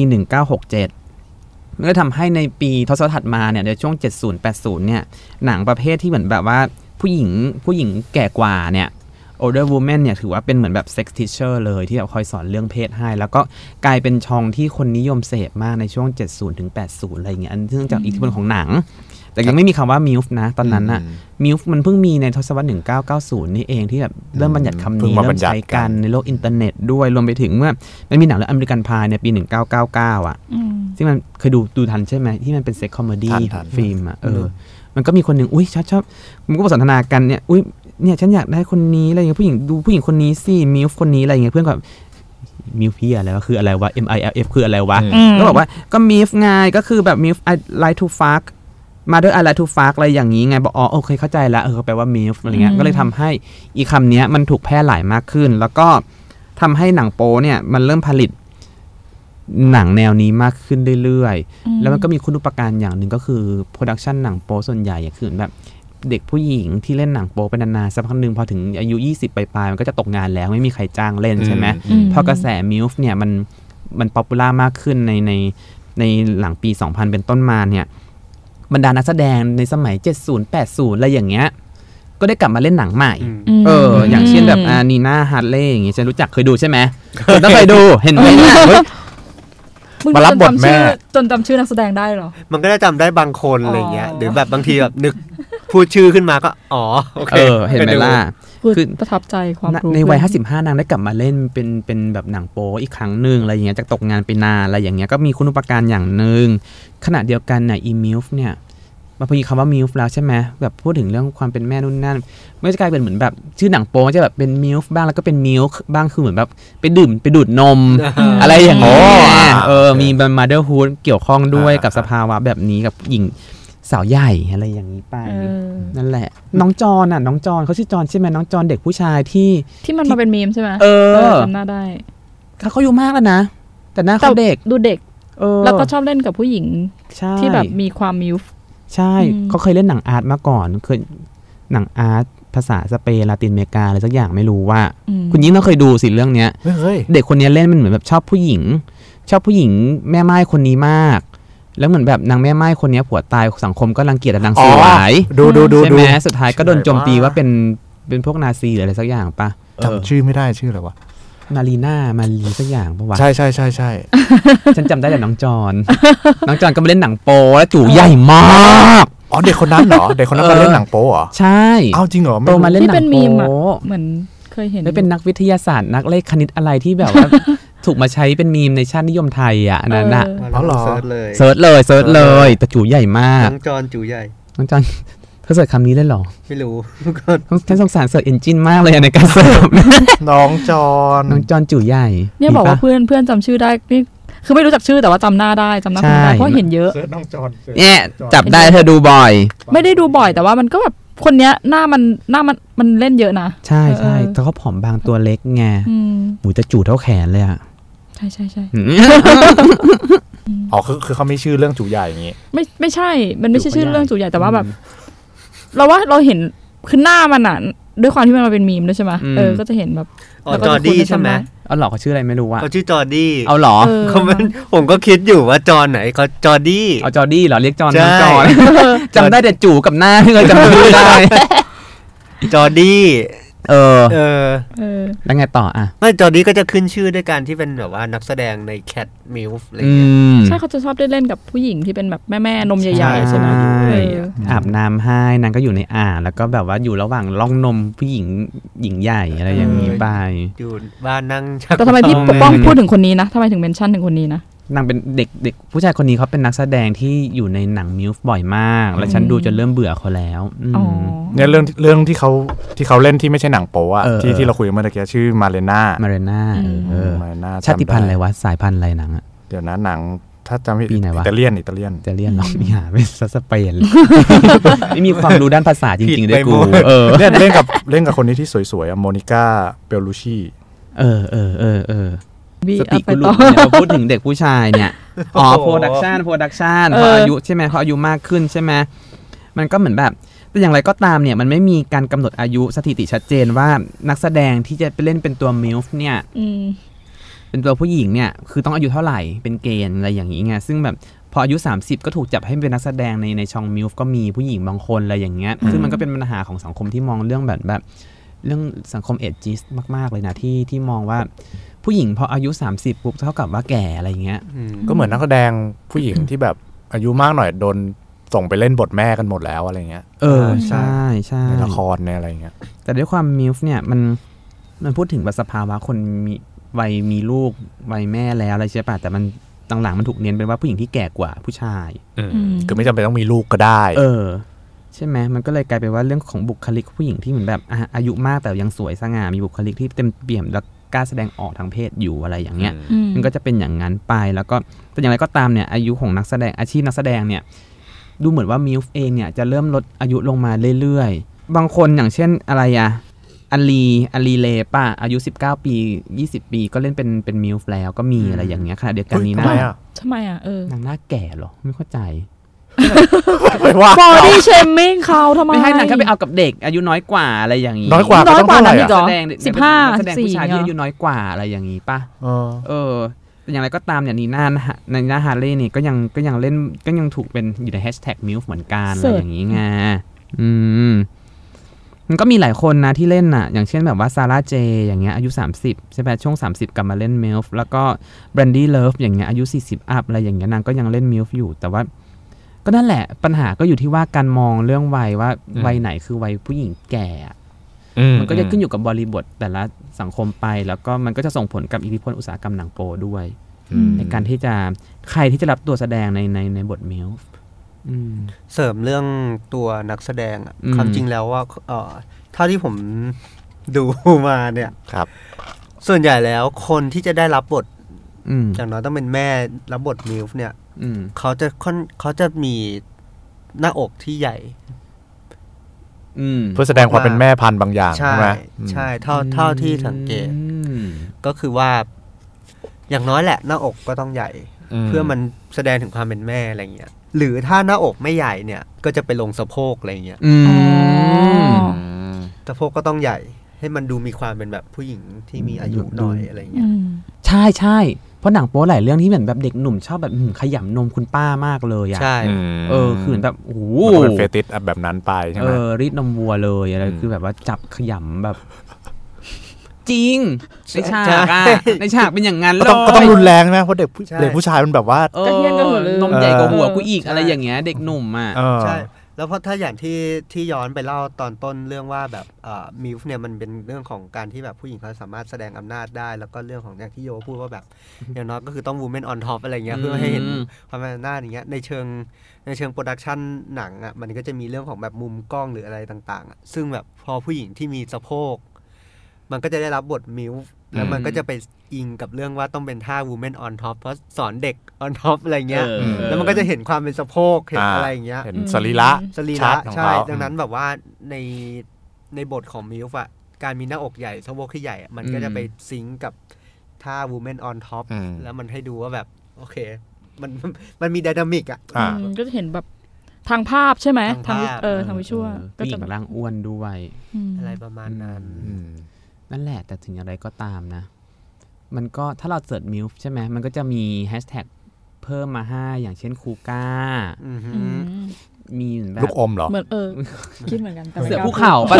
1967มันก็ทำให้ในปีทศวรรษถัดมาเนี่ยในช่วง70-80เนี่ยหนังประเภทที่เหมือนแบบว่าผู้หญิงแก่กว่าเนี่ย older woman เนี่ยถือว่าเป็นเหมือนแบบ sex teacher เลยที่แบบคอยสอนเรื่องเพศให้แล้วก็กลายเป็นช่องที่คนนิยมเสพมากในช่วง70-80อะไรอย่างเงี้ยเนื่องจากอิทธิพลของหนังแต่ยังไม่มีคำว่า MILF นะตอนนั้นน่ะ MILF มันเพิ่งมีในทศวรรษ1990นี่เองที่แบบเริ่มบัญญัติคำนี้เริ่มใช้กันในโลกอินเทอร์เน็ตด้วยรวมไปถึงเมื่อมันมีหนังเรื่องอเมริกันพายในปี1999อ่ะซึ่งมันเคยดูทันใช่ไหมที่มันเป็นเซ็กคอมเมดี้ฟิล์มอ่ะมันก็มีคนหนึ่งอุ้ยชอบมันก็บทสนทนากันเนี่ยอุ้ยเนี่ยฉันอยากได้คนนี้อะไรเงี้ยผู้หญิงดูผู้หญิงคนนี้สิMILFคนนี้อะไรเงี้ยเพื่อนก็MILFพี่อะไรวะคืออะไรวะ MILF คืออะไรวะก็บอกว่าก็MILFไงก็คือแบบ MILF I like to fuck Mother I like to fuck อะไรอย่างนี้ไงบอกโอเคเข้าใจแล้วแปลว่า MILF อะไรเงี้ยก็เลยทำให้อีคำนี้มันถูกแพร่หลายมากขึ้นแล้วก็ทำให้หนังโป๊เนี่ยมันเริ่มผลิตหนังแนวนี้มากขึ้นเรื่อยๆแล้วมันก็มีคุณูปการอย่างหนึ่งก็คือโปรดักชันหนังโป๊ส่วนใหญ่คือแบบเด็กผู้หญิงที่เล่นหนังโป๊เป็นนานๆสักพักนึงพอถึงอายุ20ปลายๆมันก็จะตกงานแล้วไม่มีใครจ้างเล่นใช่ไหมพอกระแส MILF เนี่ยมันป๊อปปูล่ามากขึ้นในหลังปี2000เป็นต้นมาเนี่ยบรรดานักแสดงในสมัย70-80อะไรอย่างเงี้ยก็ได้กลับมาเล่นหนังใหม่อย่างเช่นแบบนีน่าฮาร์เลย์อย่างเงี้ยฉันรู้จักเคยดูใช่ไหมต้องเคยดูเห็นไหมมารับบทแม่จนจำชื่อนักแสดงได้หรอมันก็ได้จำได้บางคนอะไรเงี้ยหรือแบบบางทีแบบนึกพูดชื่อขึ้นมาก็โอเคเห็นไหมล่ะคือประทับใจความรู้ในวัย55นางได้กลับมาเล่นเป็นแบบหนังโป๊อีกครั้งนึงอะไรอย่างเงี้ยจากตกงานไปนานอะไรอย่างเงี้ยก็มีคุณูปการอย่างนึงขณะเดียวกันเนี่ยMILFเนี่ยมาพอมีคำว่า MILF แล้วใช่ไหมแบบพูดถึงเรื่องความเป็นแม่นู่นนั่นไม่จะกลายเป็นเหมือนแบบชื่อหนังโป๊จะแบบเป็น MILF บ้างแล้วก็เป็น MILK บ้างคือเหมือนแบบไปดูดนม อะไรอย่างเงี้ยมี motherhood เกี่ยวข้องด้วยกับสภาวะแบบนี้กับหญิงสาวใหญ่อะไรอย่างนี้ไปนั่นแหละน้องจอนเขาชื่อจอนใช่ไหมน้องจอนเด็กผู้ชายที่มันมาเป็นมีมใช่ไหมจำหน้าได้เขาอยู่มากแล้วนะแต่หน้าเขาเด็กดูเด็กแล้วก็ชอบเล่นกับผู้หญิงที่แบบมีความมิลฟ์ใช่เขาเคยเล่นหนังอาร์ตมาก่อนเคยหนังอาร์ตภาษาสเปนลาตินอเมริกาอะไรสักอย่างไม่รู้ว่าคุณยิ่งต้องเคยดูสิเรื่องเนี้ยเด็กคนนี้เล่นมันเหมือนแบบชอบผู้หญิงแม่ไม้คนนี้มากแล้วเหมือนแบบนางแม่ไม้คนนี้ผัวตายสังคมก็รังเกียจนางสวยดูใช่ไหมสุดท้ายก็โดนโจมตีว่าเป็นเป็นพวกนาซีหรืออะไรสักอย่างปะจำชื่อไม่ได้ชื่ออะไรวะมารีน่ามารีสักอย่างปะวะใช่ใช่ใช่ใช่ฉันจำได้แต่น้องจอนน้องจอนก็มาเล่นหนังโป๊แล้วจู่ใหญ่มากอ๋อเด็กคนนั้นเหรอเด็กคนนั้นมาเล่นหนังโป๊เหรอใช่อ้าวจริงเหรอโตมาเล่นหนังโป๊เหมือนเคยเห็นได้เป็นนักวิทยาศาสตร์นักเลขคณิตอะไรที่แบบว่าถูกมาใช้เป็นมีมในชาตินิยมไทยอ่ะนั่นน่ะอ๋อเหรอเซิร์ชเลยแต่จู่ใหญ่มากน้องจอนจู่ใหญ่น้องจอนเธอเสิร์ชคำนี้เลยเหรอไม่รู้ฉันสงสารเสิร์ชเอนจินมากเลยในการเสิร์ชน้องจอนจู่ใหญ่เนี่ยบอกว่าเพื่อนจำชื่อได้นี่คือไม่รู้จักชื่อแต่ว่าจำหน้าได้จำหน้าคนได้เพราะเห็นเยอะน้องจอนเนี่ยจับได้เธอดูบ่อยไม่ได้ดูบ่อยแต่ว่ามันก็แบบคนเนี้ยหน้ามันเล่นเยอะนะใช่ใช่แต่เขาผอมบางตัวเล็กไงหูจะจู่เท่าแขนเลยอ่ะใช่ใช่ใช่อ๋อคือเขาไม่ชื่อเรื่องจู่ใหญ่อย่างงี้ไม่ใช่มันไม่ใช่ชื่อเรื่องจู่ใหญ่แต่ว่าแบบเราเห็นคือหน้ามันอ่ะด้วยความที่มันมาเป็นมีมด้วยใช่ไหมก็จะเห็นแบบจอร์ดี้ใช่ไหมเอาหรอเขาชื่ออะไรไม่รู้ว่าเขาชื่อจอร์ดี้เอาหรอผมก็คิดอยู่ว่าจอร์ไหนเขาจอร์ดี้เอาจอร์ดี้เหรอเรียกจอร์จำได้แต่จู่กับหน้าไม่เคยจำชื่อได้จอร์ดี้แล้วไงต่ออ่ะไม่จอร์ดี้ก็จะขึ้นชื่อด้วยการที่เป็นแบบว่านักแสดงในแคทมิลฟ์อะไรอย่างเงี้ยใช่เขาจะชอบได้เล่นกับผู้หญิงที่เป็นแบบแม่นมใหญ่ๆใช่ไหมอาบน้ำให้นางก็อยู่ในอ่างแล้วก็แบบว่าอยู่ระหว่างร่องนมผู้หญิงหญิงใหญ่อะไรอย่างนี้ไปอยู่บ้านนั่งแต่ทำไมพี่ปกป้องพูดถึงคนนี้นะทำไมถึงเมนชั่นถึงคนนี้นะนางเป็นเด็กผู้ชายคนนี้เขาเป็นนักแสดงที่อยู่ในหนังมิลฟ์บ่อยมากและฉันดูจนเริ่มเบื่อเขาแล้วเนี่ยเรื่องที่เขาเล่นที่ไม่ใช่หนังโป๊ะที่เราคุยเมื่อกี้ชื่อมาเรน่าชาติพันธุ์อะไรวะสายพันธุ์อะไรหนังอ่ะเดี๋ยวนะหนังถ้าจำไม่ผิดอิตาเลียนหรอไม่หาไม่สเปนไม่มีความรู้ด้านภาษาจริงๆด้วยกูเนี่ยเล่นกับคนนี้ที่สวยๆโมนิก้าเปลลูชีสติกุลุเนี่ยเราพูดถึงเด็กผู้ชายเนี่ยโปรดักชันพออายุใช่ไหมเขาอายุมากขึ้นใช่ไหมมันก็เหมือนแบบแต่อย่างไรก็ตามเนี่ยมันไม่มีการกำหนดอายุสถิติชัดเจนว่านักแสดงที่จะไปเล่นเป็นตัวมิลฟ์เนี่ยเป็นตัวผู้หญิงเนี่ยคือต้องอายุเท่าไหร่เป็นเกณฑ์อะไรอย่างนี้ไงซึ่งแบบพออายุ30ก็ถูกจับให้เป็นนักแสดงในช่องมิลฟ์ก็มีผู้หญิงบางคนอะไรอย่างเงี้ยซึ่งมันก็เป็นปัญหาของสังคมที่มองเรื่องแบบเรื่องสังคมเอจจิสมากๆเลยนะที่มองว่าผู้หญิงพออายุ30ปุ๊บเท่ากับว่าแก่อะไรอย่างเงี้ยก็เหมือนนักแสดงผู้หญิงที่แบบอายุมากหน่อยโดนส่งไปเล่นบทแม่กันหมดแล้วอะไรเงี้ยใช่ในละครในอะไรเงี้ยแต่ด้วยความมิลฟ์เนี่ยมันพูดถึงสภาวะคนมีวัยมีลูกวัยแม่แล้วอะไรใช่ป่ะแต่มันหลังๆมันถูกเน้นเป็นว่าผู้หญิงที่แก่กว่าผู้ชายคือไม่จำเป็นต้องมีลูกก็ได้ใช่ไหมมันก็เลยกลายเป็นว่าเรื่องของบุคลิกผู้หญิงที่เหมือนแบบอายุมากแต่ยังสวยสง่ามีบุคลิกที่เต็มเปี่ยมแล้วกล้าแสดงออกทางเพศอยู่อะไรอย่างเงี้ยมันก็จะเป็นอย่างนั้นไปแล้วก็แต่อย่างไรก็ตามเนี่ยอายุของนักแสดงอาชีพนักแสดงเนี่ยดูเหมือนว่ามิลฟ์เองเนี่ยจะเริ่มลดอายุลงมาเรื่อยๆบางคนอย่างเช่นอะไรอะอัลลีเลป่ะอายุ19ปี20ปีก็เล่นเป็นมิลฟ์แล้วก็มีอะไรอย่างเงี้ยค่ะเดียวกันนี้นะทำไมอ่ะนางหน้าแก่หรอไม่เข้าใจบอดี้เชมมิ่งเขาทำไมไม่ให้นางก็ไปเอากับเด็กอายุน้อยกว่าอะไรอย่างงี้น้อยกว่าก็ต้องเท่าไหร่แสดง15 แสดงผู้ชายที่อายุน้อยกว่าอะไรอย่างงี้ป่ะแต่อย่างไรก็ตามเนี่ยนีน่าในหน้าฮาร์เลย์นี่ก็ยังเล่นก็ยังถูกเป็นอยู่ในแฮชแท็กมิลฟ์เหมือนกันอะไรอย่างงี้ไงมันก็มีหลายคนนะที่เล่นน่ะอย่างเช่นแบบว่าซาร่าเจอย่างเงี้ยอายุ30ใช่ไหมช่วง30กลับมาเล่นมิลฟ์แล้วก็แบรนดี้เลิฟอย่างเงี้ยอายุ40อัพอะไรอย่างเงี้ยนางก็ยังเล่นมิลฟ์อยู่แต่ว่าก็นั่นแหละปัญหาก็อยู่ที่ว่าการมองเรื่องวัยว่าวัยไหนคือวัยผู้หญิงแก่มันก็จะขึ้นอยู่กับบริบทแต่ละสังคมไปแล้วก็มันก็จะส่งผลกับอิทธิพลอุตสาหกรรมหนังโป๊ด้วยในการที่จะใครที่จะรับตัวแสดงในบทมิลฟ์เสริมเรื่องตัวนักแสดงความจริงแล้วว่าเท่าที่ผมดูมาเนี่ยครับส่วนใหญ่แล้วคนที่จะได้รับบทอย่างน้อยต้องเป็นแม่รับบทมิลฟ์เนี่ยเขาจะมีหน้าอกที่ใหญ่เพื่อแสดงความเป็นแม่พันธุ์บางอย่างใช่ไหมใช่เท่าที่สังเกตก็คือว่าอย่างน้อยแหละหน้าอกก็ต้องใหญ่เพื่อมันแสดงถึงความเป็นแม่อะไรเงี้ยหรือถ้าหน้าอกไม่ใหญ่เนี่ยก็จะไปลงสะโพกอะไรเงี้ยสะโพกก็ต้องใหญ่ให้มันดูมีความเป็นแบบผู้หญิงที่มีอายุหน่อยอะไรเงี้ยฉใช่เพราะหนังโป๊หลายเรื่องที่เหมือนแบบเด็กหนุ่มชอบแบบขยำนมคุณป้ามากเลยอ่ะใช่คือเหมือนแบบโอ้โหเป็นเฟติชแบบนั้นไปใช่ไหมรีดนมวัวเลยอะไรคือแบบว่าจับขยำแบบจริงในฉากเป็นอย่างนั้นเลยก็ต้องรุนแรงใช่ไหมเพราะเด็กผู้ชายมันแบบว่ากระเทียนกระหัวเลยนมใหญ่กว่าหัวกูอีกอะไรอย่างเงี้ยเด็กหนุ่มอ่ะใช่แล้วเพราะถ้าอย่างที่ย้อนไปเล่าตอนต้นเรื่องว่าแบบมิลฟ์เนี่ยมันเป็นเรื่องของการที่แบบผู้หญิงเขาสามารถแสดงอำนาจได้แล้วก็เรื่องของอย่างที่โยพูดว่าแบบอย่างน้อยก็คือต้อง women on top อะไรเงี้ยเพื่อให้เห็นความเป็นอำนาจอย่างเงี้ยในเชิงโปรดักชันหนังอ่ะมันก็จะมีเรื่องของแบบมุมกล้องหรืออะไรต่างๆอ่ะซึ่งแบบพอผู้หญิงที่มีสะโพกมันก็จะได้รับบทมิลฟ์แล้วมันก็จะไปอิงกับเรื่องว่าต้องเป็นท่า women on top เพราะสอนเด็ก on top อะไรเงี้ยแล้วมันก็จะเห็นความเป็นสะโพกเห็นอะไรอย่างเงี้ยเห็นสรีระใช่ดังนั้นแบบว่าในบทของมิลฟ์อ่ะการมีหน้าอกใหญ่สะโพกที่ใหญ่มันก็จะไปซิงก์กับท่า women on top แล้วมันให้ดูว่าแบบโอเคมันมีไดนามิกอ่ะก็จะเห็นแบบทางภาพใช่ไหมทางวิชวลก็จะร่างอ้วนด้วยอะไรประมาณนั้นนั่นแหละแต่ถึงอย่างไรก็ตามนะมันก็ถ้าเราเสิร์ชมิลฟ์ใช่ไหมมันก็จะมีแฮชแท็กเพิ่มมาให้อย่างเช่นคูก้ามีแบบลูกอมเหรอเหมือนคิดเหมือนกันเสือภูเขาปะ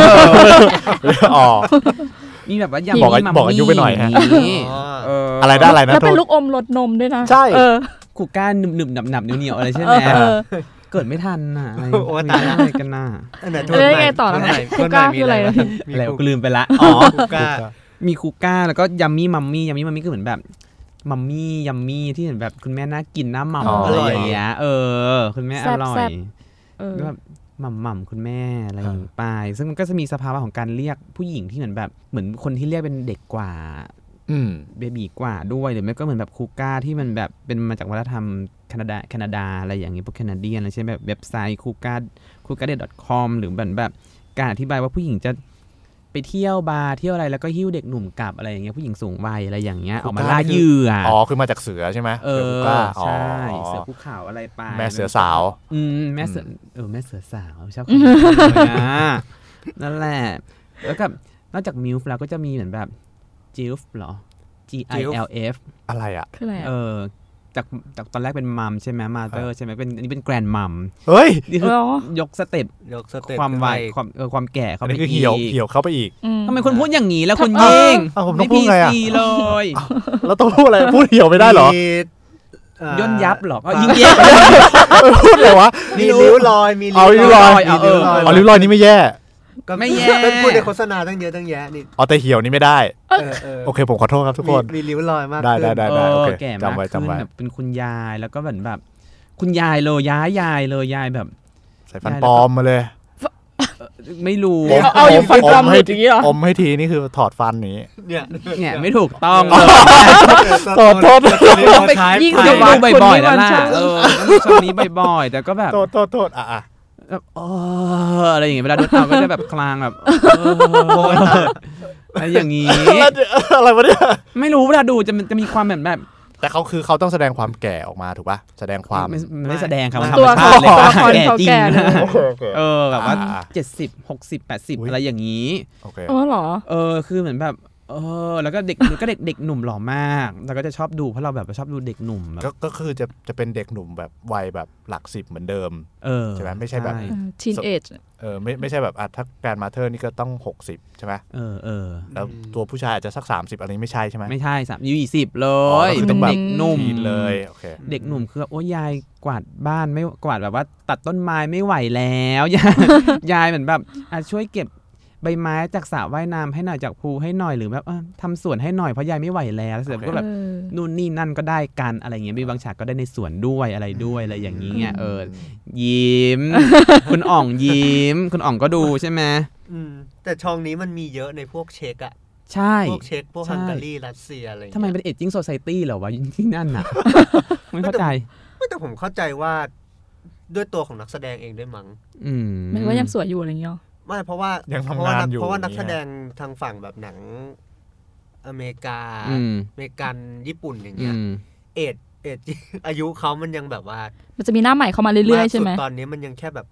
มีแบบว่าอย่างบอกอายุไปหน่อยฮะอะไรได้อะไรนะแล้วเป็นลูกอมรสนมด้วยนะใช่คูก้าหนึบๆหนับๆเหนียวๆอะไรใช่ไหมเกิดไม่ทันน่ะอะไรอะไรกันน่ะอะไรไงต่อนะคูก้าคืออะไรแล้วก็ลืมไปละคูก้ามีคูก้าแล้วก็ยัมมี่มัมมี่คือเหมือนแบบมัมมี่ยัมมี่ที่เหมือนแบบคุณแม่น่ากินน้ำหม่ำอะไรอย่างเงี้ยคุณแม่อร่อยแบบหม่ำคุณแม่อะไรอย่างงี้ไปซึ่งมันก็จะมีสภาวะของการเรียกผู้หญิงที่เหมือนแบบเหมือนคนที่เรียกเป็นเด็กกว่าเบบีกว่าด้วยหรือไม่ก็เหมือนแบบคูก้าที่มันแบบเป็นมาจากวัฒนธรรมแคนาดาอะไรอย่างงี้พวกแคนาเดียนอะไรเช่นแบบเว็บไซต์kuka.com หรือแบบการอธิบายว่าผู้หญิงจะไปเที่ยวบาร์เที่ยวอะไรแล้วก็หิ้วเด็กหนุ่มกลับอะไรอย่างเงี้ยผู้หญิงสูงวัยอะไรอย่างเงี้ยออกมาล่าเหยื่อคือมาจากเสือใช่ไหมใช่เสือภูเขาอะไรไปแม่เสือสาวแม่เสือสาวชอบนั่นแหละแล้วก็นอกจากมิลฟ์แล้วก็จะมีเหมือนแบบจิลฟ์เหรอ GILF อะไรอ่ะคืออะไรจากตอนแรกเป็นมัมใช่ไหมมาเตอร์ใช่ไหมเป็นอันนี้เป็นแกรนด์มัมเฮ้ยนี่คือยกสเต็ปความวัยความแก่เขาไปอีกเหี่ยวเข้าไปอีกทำไมคุณพูดอย่างนี้แล้วคุณยิงผมต้องพูดไงอ่ะเลยเราต้องพูดอะไรพูดเหี่ยวไม่ได้หรอย่นยับหรอยิงแย่พูดอะไรวะมีริ้วรอยริ้วรอยนี่ไม่แย่ไม่แย่เป็นพูดในโฆษณาตั้งเยอะตั้งแยะนี่แต่เหี่ยวนี่ไม่ได้โอเคผมขอโทษครับทุกคนมีริ้วรอยมากได้โอเคแก่มากขึ้นแบบเป็นคุณยายแล้วก็แบบคุณยายเลยยายเลยยายแบบใส่ฟันปลอมมาเลยไม่รู้เอาอยู่ฟันปลอมให้ทีอมให้ทีนี่คือถอดฟันนี้เนี่ยไม่ถูกต้องโทษยิ่งดูบ่อยๆแล้วล่ะช่วงนี้บ่อยๆแต่ก็แบบโทษอะไรอย่างเงี้ยเวลาดูก็จะแบบคลางแบบอะไรอย่างงี้อะไรวะเนี่ยไม่รู้เวลาดูจะมีความแบบแต่เขาต้องแสดงความแก่ออกมาถูกป่ะแสดงความไม่แสดงครับมันธรรมชาติเลยแก่จริงแบบว่า70 60 80อะไรอย่างงี้เหรอคือเหมือนแบบแล้วก็เด็กหนุ่มหล่อมากแล้วก็จะชอบดูเพราะเราแบบชอบดูเด็กหนุ่มก็คือจะเป็นเด็กหนุ่มแบบวัยแบบหลัก10เหมือนเดิมใช่ไหมไม่ใช่แบบทีนเอจไม่ใช่แบบถ้าแกรนด์มาเธอร์นี่ก็ต้อง60ใช่ไหมแล้วตัวผู้ชายอาจจะสัก30อันนี้ไม่ใช่ใช่ไหมไม่ใช่20เลยเป็นเด็กหนุ่มเลยเด็กหนุ่มคือโอ้ยายกวาดบ้านไม่กวาดแบบว่าตัดต้นไม้ไม่ไหวแล้วยายเหมือนแบบช่วยเก็บใบไม้จากสระว่ายน้ำให้หน่อยจากพูให้หน่อยหรือแบบทำสวนให้หน่อยเพราะยายไม่ไหวแล้วเสร็จก็แบบนู่นนี่นั่นก็ได้กันอะไรเงี้ยมีบางฉากก็ได้ในสวนด้วยอะไรด้วยอะไรอย่างนี้ไงยิ้มคุณอ่องยิ้มคุณอ่องก็ดูใช่ไหมแต่ช่องนี้มันมีเยอะในพวกเช็กอะใช่พวกเช็กพวกฮังการีรัสเซียอะไรทำไมเป็นเอจจิ้งโซไซตี้เหรอวะที่นั่นน่ะไม่เข้าใจแต่ผมเข้าใจว่าด้วยตัวของนักแสดงเองด้วยมั้งไม่ว่ายังสวยอยู่อะไรเงี้ยไม่เพราะว่านักแสดงทางฝั่งแบบหนังอเมริกันญี่ปุ่นอย่างเงี้ยเอจอายุเขามันยังแบบว่ามันจะมีหน้าใหม่เข้ามาเรื่อยๆใช่ไหมตอนนี้มันยังแค่แบบ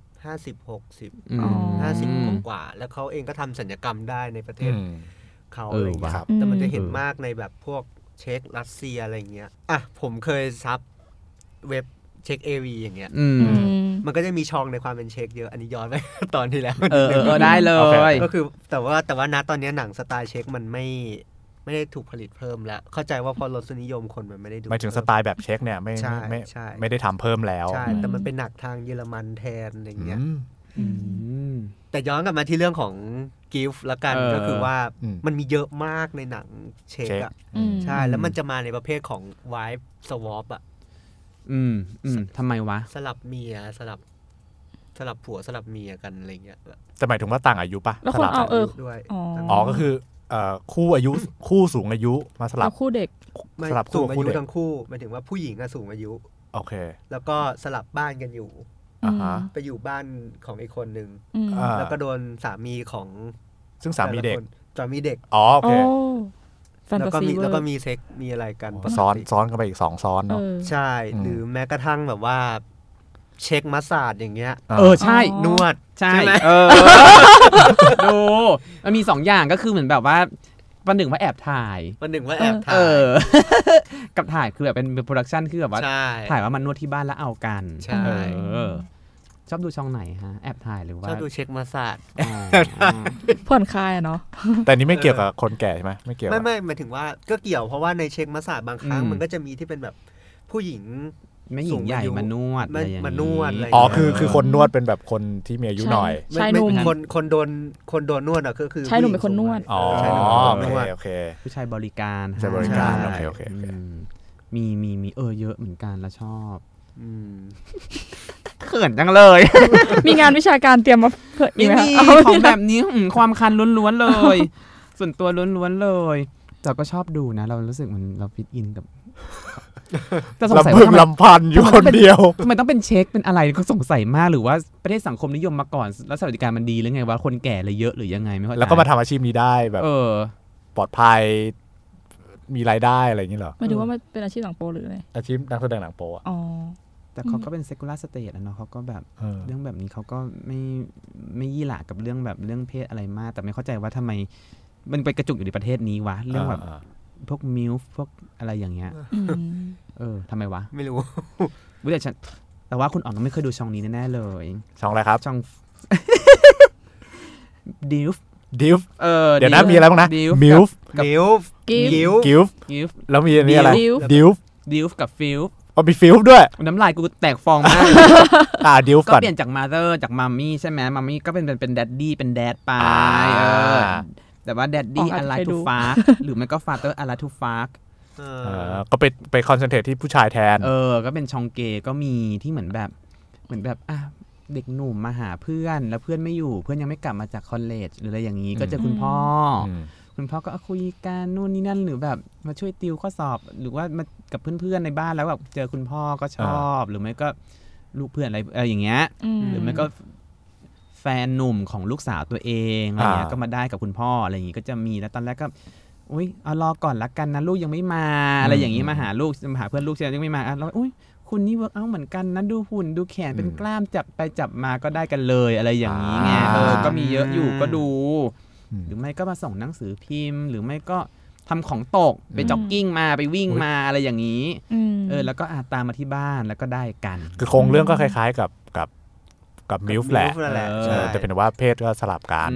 50-60 กว่าแล้วเขาเองก็ทำศัลยกรรมได้ในประเทศเขาอะไรอย่างเงี้ยแต่มันจะเห็นมากในแบบพวกเช็กรัสเซียอะไรเงี้ยอ่ะผมเคยซับเว็บเช็ค AV อย่างเงี้ยมันก็จะมีช่องในความเป็นเช็คเยอะอันนี้ย้อนไป ตอนที่แล้วได้เลยก็คือแต่ว่าณตอนนี้หนังสไตล์เช็คมันไม่ได้ถูกผลิตเพิ่มแล้วเข้าใจว่าพอรสนิยมคนมันไม่ได้ดูหมายถึงสไตล์แบบเช็คเนี่ยไม่ได้ทำเพิ่มแล้วใช่แต่มันเป็นหนักทางเยอรมันแทนอะไรเงี้ยแต่ย้อนกลับมาที่เรื่องของกิฟต์ละกันก็คือว่ามันมีเยอะมากในหนังเช็คอ่ะใช่แล้วมันจะมาในประเภทของไวฟ์สวอปอ่ะทำไมวะสลับเมียสลับผัวสลับเมียกันอะไรเงี้ยจะหมายถึงว่าต่างอายุปะแล้วคนเอาด้วยก็คือคู่อายุคู่สูงอายุมาสลับคู่เด็กสลับสูงอายุทั้งคู่หมายถึงว่าผู้หญิงก็สูงอายุโอเคแล้วก็สลับบ้านกันอยู่ไปอยู่บ้านของอีกคนนึงแล้วก็โดนสามีของซึ่งสามีเด็กเด็กโอเคแล้วก็มีเซ็กมีอะไรกันซ้อนกันไปอีก2ซ้อนเนาะใช่หรือแม้กระทั่งแบบว่าเช็คมัสซาจอย่างเงี้ยใช่นวดใช่ดูมันมี2อย่างก็คือเหมือนแบบว่าประหนึ่งว่าแอบถ่ายกับถ่ายคือแบบเป็นโปรดักชันคือแบบว่าถ่ายว่ามันนวดที่บ้านแล้วเอากันชอบดูช่องไหนฮะแอบถ่ายหรือว่าชอบดูเช็คมัสซาจผ่อนคลายเนาะแต่นี้ไม่เกี่ยวกับคนแก่ใช่ไหมไม่เกี่ยวไม่หมายถึงว่าก็เกี่ยวเพราะว่าในเช็คมัสซาจบางครั้งมันก็จะมีที่เป็นแบบผู้หญิงไม่หญิงใหญ่มานวดอะไรอย่างนี้คือคนนวดเป็นแบบคนที่มีอายุหน่อยชายหนุ่มคนโดนนวดอ่ะก็คือชายหนุ่มเป็นคนนวดโอเคผู้ชายบริการใช่บริการโอเคมีเยอะเหมือนกันแล้วชอบเขินจังเลยมีงานวิชาการเตรียมมาเผื่อมีของแบบนี้ความคันล้วนๆเลยส่วนตัวล้วนๆเลยแต่ก็ชอบดูนะเรารู้สึกมันเราฟิตอินกับแต่สงสัยว่าลำพันอยู่คนเดียวทำไมต้องเป็นเช็คเป็นอะไรก็สงสัยมากหรือว่าประเทศสังคมนิยมมาก่อนแล้วสวัสดิการมันดีหรือไงว่าคนแก่เลยเยอะหรือยังไงไม่เข้าใจแล้วก็มาทำอาชีพนี้ได้แบบปลอดภัยมีรายได้อะไรอย่างนี้เหรอหมายถึงว่ามันเป็นอาชีพหนังโปหรืออะไรอาชีพนักแสดงหนังโปอ่ะแต่เขาก็เป็นเซคูลาร์สเตทนะเนาะเขาก็แบบเรื่องแบบนี้เขาก็ไม่ยี่หละกับเรื่องแบบเรื่องเพศอะไรมากแต่ไม่เข้าใจว่าทำไมมันไปกระจุกอยู่ในประเทศนี้วะเรื่องแบบพวกมิลฟ์พวกอะไรอย่างเงี้ยทำไมวะไม่รู้แต่ว่าคุณอ๋องไม่เคยดูช่องนี้แน่ๆเลยช่องอะไรครับช่องดิฟเดี๋ยวนะมีอะไรบ้างนะมิลฟ์กิฟแล้วมีอันนี้อะไรดิฟกับฟิลมีฟิลด้วยน้ำลายกูแตกฟองมากดิฟก็เปลี่ยนจากมาเธอร์จากมัมมี่ใช่ไหมมัมมี่ก็เป็นแดดดี้เป็นแดดไปแต่ว่าแดดดี้อะไรทูฟาร์หรือไม่ก็ฟาเตอร์อะไรทูฟาร์ก็ไปคอนเซนเทรตที่ผู้ชายแทนก็เป็นชองเกย์ก็มีที่เหมือนแบบเด็กหนุ่มมาหาเพื่อนแล้วเพื่อนไม่อยู่เพื่อนยังไม่กลับมาจากคอลเลจหรืออะไรอย่างนี้ก็เจอคุณพ่อก็คุยกันนู่นนี่นั่นหรือแบบมาช่วยติวข้อสอบหรือว่ามากับเพื่อนๆในบ้านแล้วแบบเจอคุณพ่อก็ชอบหรือไม่ก็ลูกเพื่อนอะไรอย่างเงี้ยหรือไม่ก็แฟนหนุ่มของลูกสาวตัวเองอะไรเงี้ยก็มาได้กับคุณพ่ออะไรอย่างงี้ก็จะมีแล้วตอนแรกก็อุ้ยเอารอก่อนละกันนะลูกยังไม่มาอะไรอย่างงี้มาหาลูกมาหาเพื่อนลูกยังไม่มาแล้วอุ้ยคุณนี่เวิร์กเอาเหมือนกันนะดูหุ่นดูแขนเป็นกล้ามจับไปจับมาก็ได้กันเลยอะไรอย่างนี้ไงก็มีเยอะอยู่ก็ดูหรือไม่ก็มาส่งหนังสือพิมพ์หรือไม่ก็ทำของตกไปจ็อกกิ้งมาไปวิ่งมาอะไรอย่างนี้แล้วก็ตามมาที่บ้านแล้วก็ได้กันคือโครงเรื่องก็คล้ายๆกับมิลฟ์แหละแต่เป็นว่าเพศก็สลับกัน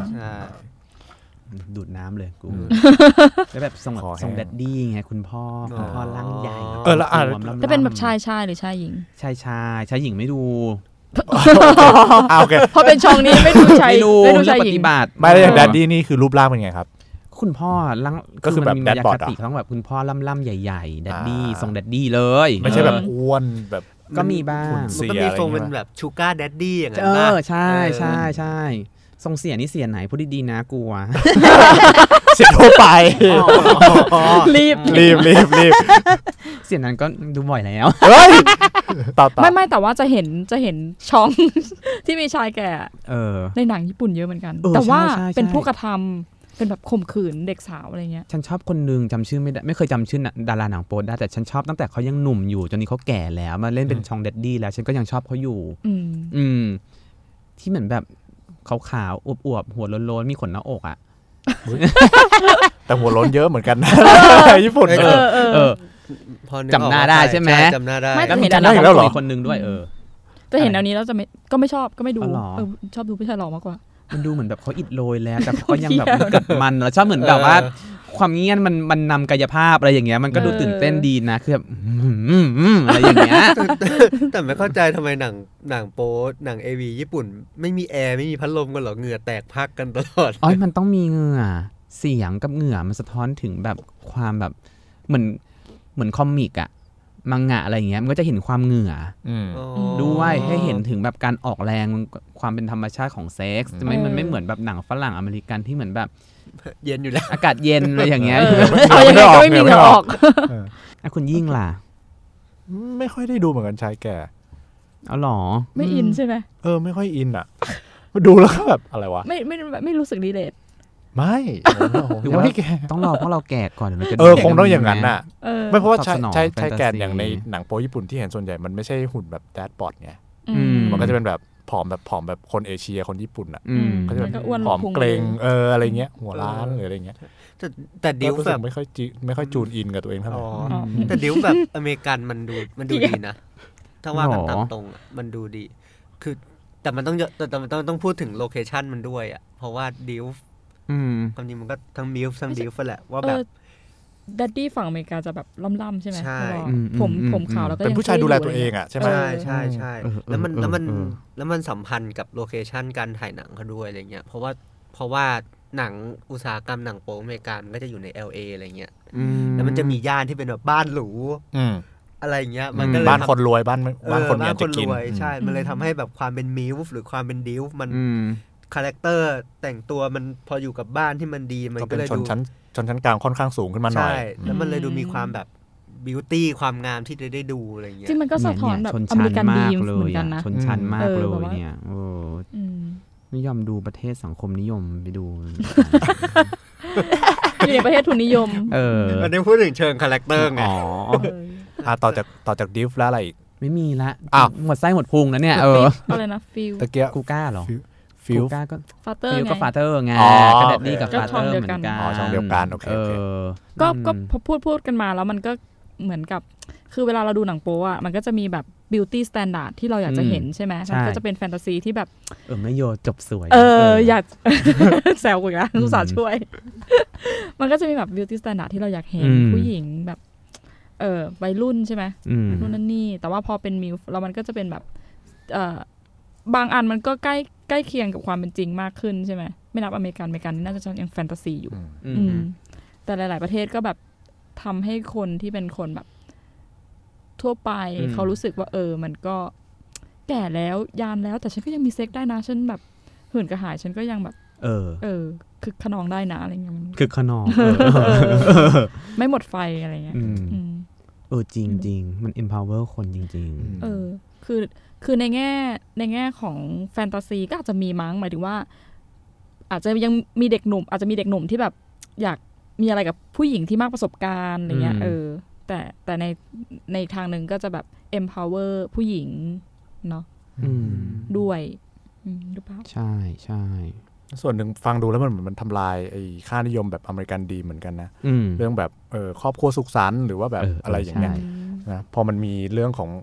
ดูดน้ำเลยกูแล้วแบบส่งแดดดี้ไงคุณพ่อร่างใหญ่แล้วจะเป็นแบบชายหรือชายหญิงชายหญิงไม่ดูโอเคพอเป็นช่องนี้ไม่ดูชายปฏิบัติไม่ได้อย่างแดดดี้นี่คือรูปร่างเป็นไงครับคุณพ่อก็คือแบบแดดบอดต้องแบบคุณพ่อล่ำๆใหญ่ๆแดดดี้ทรงแดดดี้เลยไม่ใช่แบบอ้วนแบบก็มีบ้างมันก็มีทรงเป็นแบบชูการ์แดดดี้อย่างนั้นป่ะใช่ทรงเสียนี่เสียไหนพูดดีๆนะกลัวเสียทั่วไปรีบเสียนั้นก็ดูบ่อยแล้วไม่แต่ว่าจะเห็นช่องที่มีชายแก่ในหนังญี่ปุ่นเยอะเหมือนกันแต่ว่าเป็นผู้กระทำเป็นแบบข่มขืนเด็กสาวอะไรเงี้ยฉันชอบคนนึงจำชื่อไม่ได้ไม่เคยจำชื่อดาราหนังโป๊ได้แต่ฉันชอบตั้งแต่เขายังหนุ่มอยู่จนนี้เขาแก่แล้วมาเล่นเป็นช่องแดดดี้แล้วฉันก็ยังชอบเขาอยู่ที่เหมือนแบบขาวๆอวบๆหัวโล้นๆมีขนหน้าอกอ่ะแต่หัวล้นเยอะเหมือนกันนะญี่ปุ่นจำหน้าได้ใช่ไหมจำหน้าได้แล้วมีการเล่าของคนนึงด้วยแต่เห็นแนวนี้แล้วจะไม่ชอบก็ไม่ดูชอบดูผู้ชายหล่อมากกว่ามันดูเหมือนแบบเขาอิดโรยแล้วแต่เขาก็ยังแบบมันแล้วชอบเหมือนแบบว่าความเงี้ยมันนำกายภาพอะไรอย่างเงี้ยมันก็ดูตื่นเต้นดีนะคือแบบอะไรอย่างเงี้ยแต่ไม่เข้าใจทำไมหนังโป๊หนัง AV ญี่ปุ่นไม่มีแอร์ไม่มีพัดลมกันหรอเหงื่อแตกพักกันตลอดมันต้องมีเหงื่อเสียงกับเหงื่อมันสะท้อนถึงแบบความแบบเหมือนคอมิกอะมังงะอะไรอย่างเงี้ยมันก็จะเห็นความเหงื่อด้วยให้เห็นถึงแบบการออกแรงความเป็นธรรมชาติของเซ็กส์มันไม่เหมือนแบบหนังฝรั่งอเมริกันที่เหมือนแบบเย็นอยู่แล้วอากาศเย็นอะไรอย่างเงี้ยเอายังไงก็ไม่มีเหงื่อออกคุณยิ่งล่ะไม่ค่อยได้ดูเหมือนกันชายแก่เอาหรอไม่อินใช่ไหมไม่ค่อยอินอ่ะดูแล้วก็แบบอะไรวะไม่รู้สึกรีเลทไม่หรือว่าต้องรอเพราะเราแก่ก่อนเดี๋ยวมันจะคงต้องอย่างนั้นน่ะไม่เพราะว่าใช้แกนอย่างในหนังโป๊ญี่ปุ่นที่เห็นส่วนใหญ่มันไม่ใช่หุ่นแบบแดดบอดไงมันก็จะเป็นแบบผอมแบบคนเอเชียคนญี่ปุ่นอ่ะก็จะผอมเกรงอะไรเงี้ยหัวล้านหรืออะไรเงี้ยแต่ดิวแบบไม่ค่อยจูนอินกับตัวเองเท่าไหร่แต่ดิวแบบอเมริกันมันดูดีนะถ้าว่ากันตามตรงมันดูดีคือแต่มันต้องพูดถึงโลเคชั่นมันด้วยอ่ะเพราะว่าดิวความจริงมันก็ทั้งมิลฟ์ทั้งดิฟแหละว่าแบบดัดดี้ฝั่งอเมริกาจะแบบล่ำๆใช่ไหมใช่ผมขาวแล้วก็เป็นผู้ชายดูแลตัวเองอ่ะใช่ไหมใช่แล้วมันสัมพันธ์กับโลเคชั่นการถ่ายหนังเขาด้วยอะไรเงี้ยเพราะว่าหนังอุตสาหกรรมหนังโป๊อเมริกันก็จะอยู่ใน LA อะไรเงี้ยแล้วมันจะมีย่านที่เป็นแบบบ้านหรูอะไรเงี้ยมันก็เลยบ้านคนรวยบ้านคนมีจะกินใช่มันเลยทำให้แบบความเป็นมิลฟ์หรือความเป็นดิฟมันคาแรคเตอร์แต่งตัวมันพออยู่กับบ้านที่มันดีมันก็เลยดูชนชั้นกลางค่อนข้างสูงขึ้นมาหน่อยใช่แล้วมันเลยดูมีความแบบบิวตี้ความงามที่ได้ดูอะไรเงี้ยจริงมันก็สะท้อนแบบอเมริกันดีมเหมือนกันนะชนชั้นมากเลยเนี่ยไม่ยอมดูประเทศสังคมนิยมไปดูอยู่ในประเทศทุนนิยมอันนี้พูดถึงเชิงคาแรคเตอร์ไงต่อจากดิฟแล้วอะไรอีกไม่มีละหมดไส้หมดพุงแล้วเนี่ยอะไรนะฟิลตะเกียกูก้าหรอฟิลก็ฟาเตอร์ไงก็ฟาเตอร์ไงก็แดดดี้กับฟาเตอร์เหมือนกันช่องเดียวกันโอเคก็พูดกันมาแล้วมันก็เหมือนกับคือเวลาเราดูหนังโป๊อ่ะมันก็จะมีแบบบิวตี้สแตนดาร์ดที่เราอยากจะเห็นใช่ไหมมันก็จะเป็นแฟนตาซีที่แบบไม่โยจบสวยอยากแซวกูอีกแล้วลูกสาวช่วยมันก็จะมีแบบบิวตี้สแตนดาร์ดที่เราอยากเห็นผู้หญิงแบบวัยรุ่นใช่ไหมรุ่นนั้นนี่แต่ว่าพอเป็นมิลฟ์แล้วมันก็จะเป็นแบบบางอันมันก็ใกล้เคียงกับความเป็นจริงมากขึ้นใช่ไหมไม่นับอเมริกันนี่น่าจะยังแฟนตาซีอยู่แต่หลายๆประเทศก็แบบทำให้คนที่เป็นคนแบบทั่วไปเขารู้สึกว่ามันก็แก่แล้วยานแล้วแต่ฉันก็ยังมีเซ็กได้นะฉันแบบหื่นกระหายฉันก็ยังแบบคือขนองได้นะอะไรเงี้ยคือขนองไม่หมดไฟอะไรเงี้ยจริงมัน empower คนจริงๆคือในแง่ของแฟนตาซีก็อาจจะมีมั้งหมายถึงว่าอาจจะยังมีเด็กหนุ่มอาจจะมีเด็กหนุ่มที่แบบอยากมีอะไรกับผู้หญิงที่มากประสบการณ์อะไรเงี้ยแต่ในทางนึงก็จะแบบ empower ผู้หญิงเนาะด้วยหรือเปล่าใช่ใช่ส่วนหนึ่งฟังดูแล้วมันทำลายไอ้ค่านิยมแบบอเมริกันดีเหมือนกันนะเรื่องแบบครอบครัวสุขสันต์หรือว่าแบบอะไรอย่างเงี้ยนะพอมันมีเรื่องของ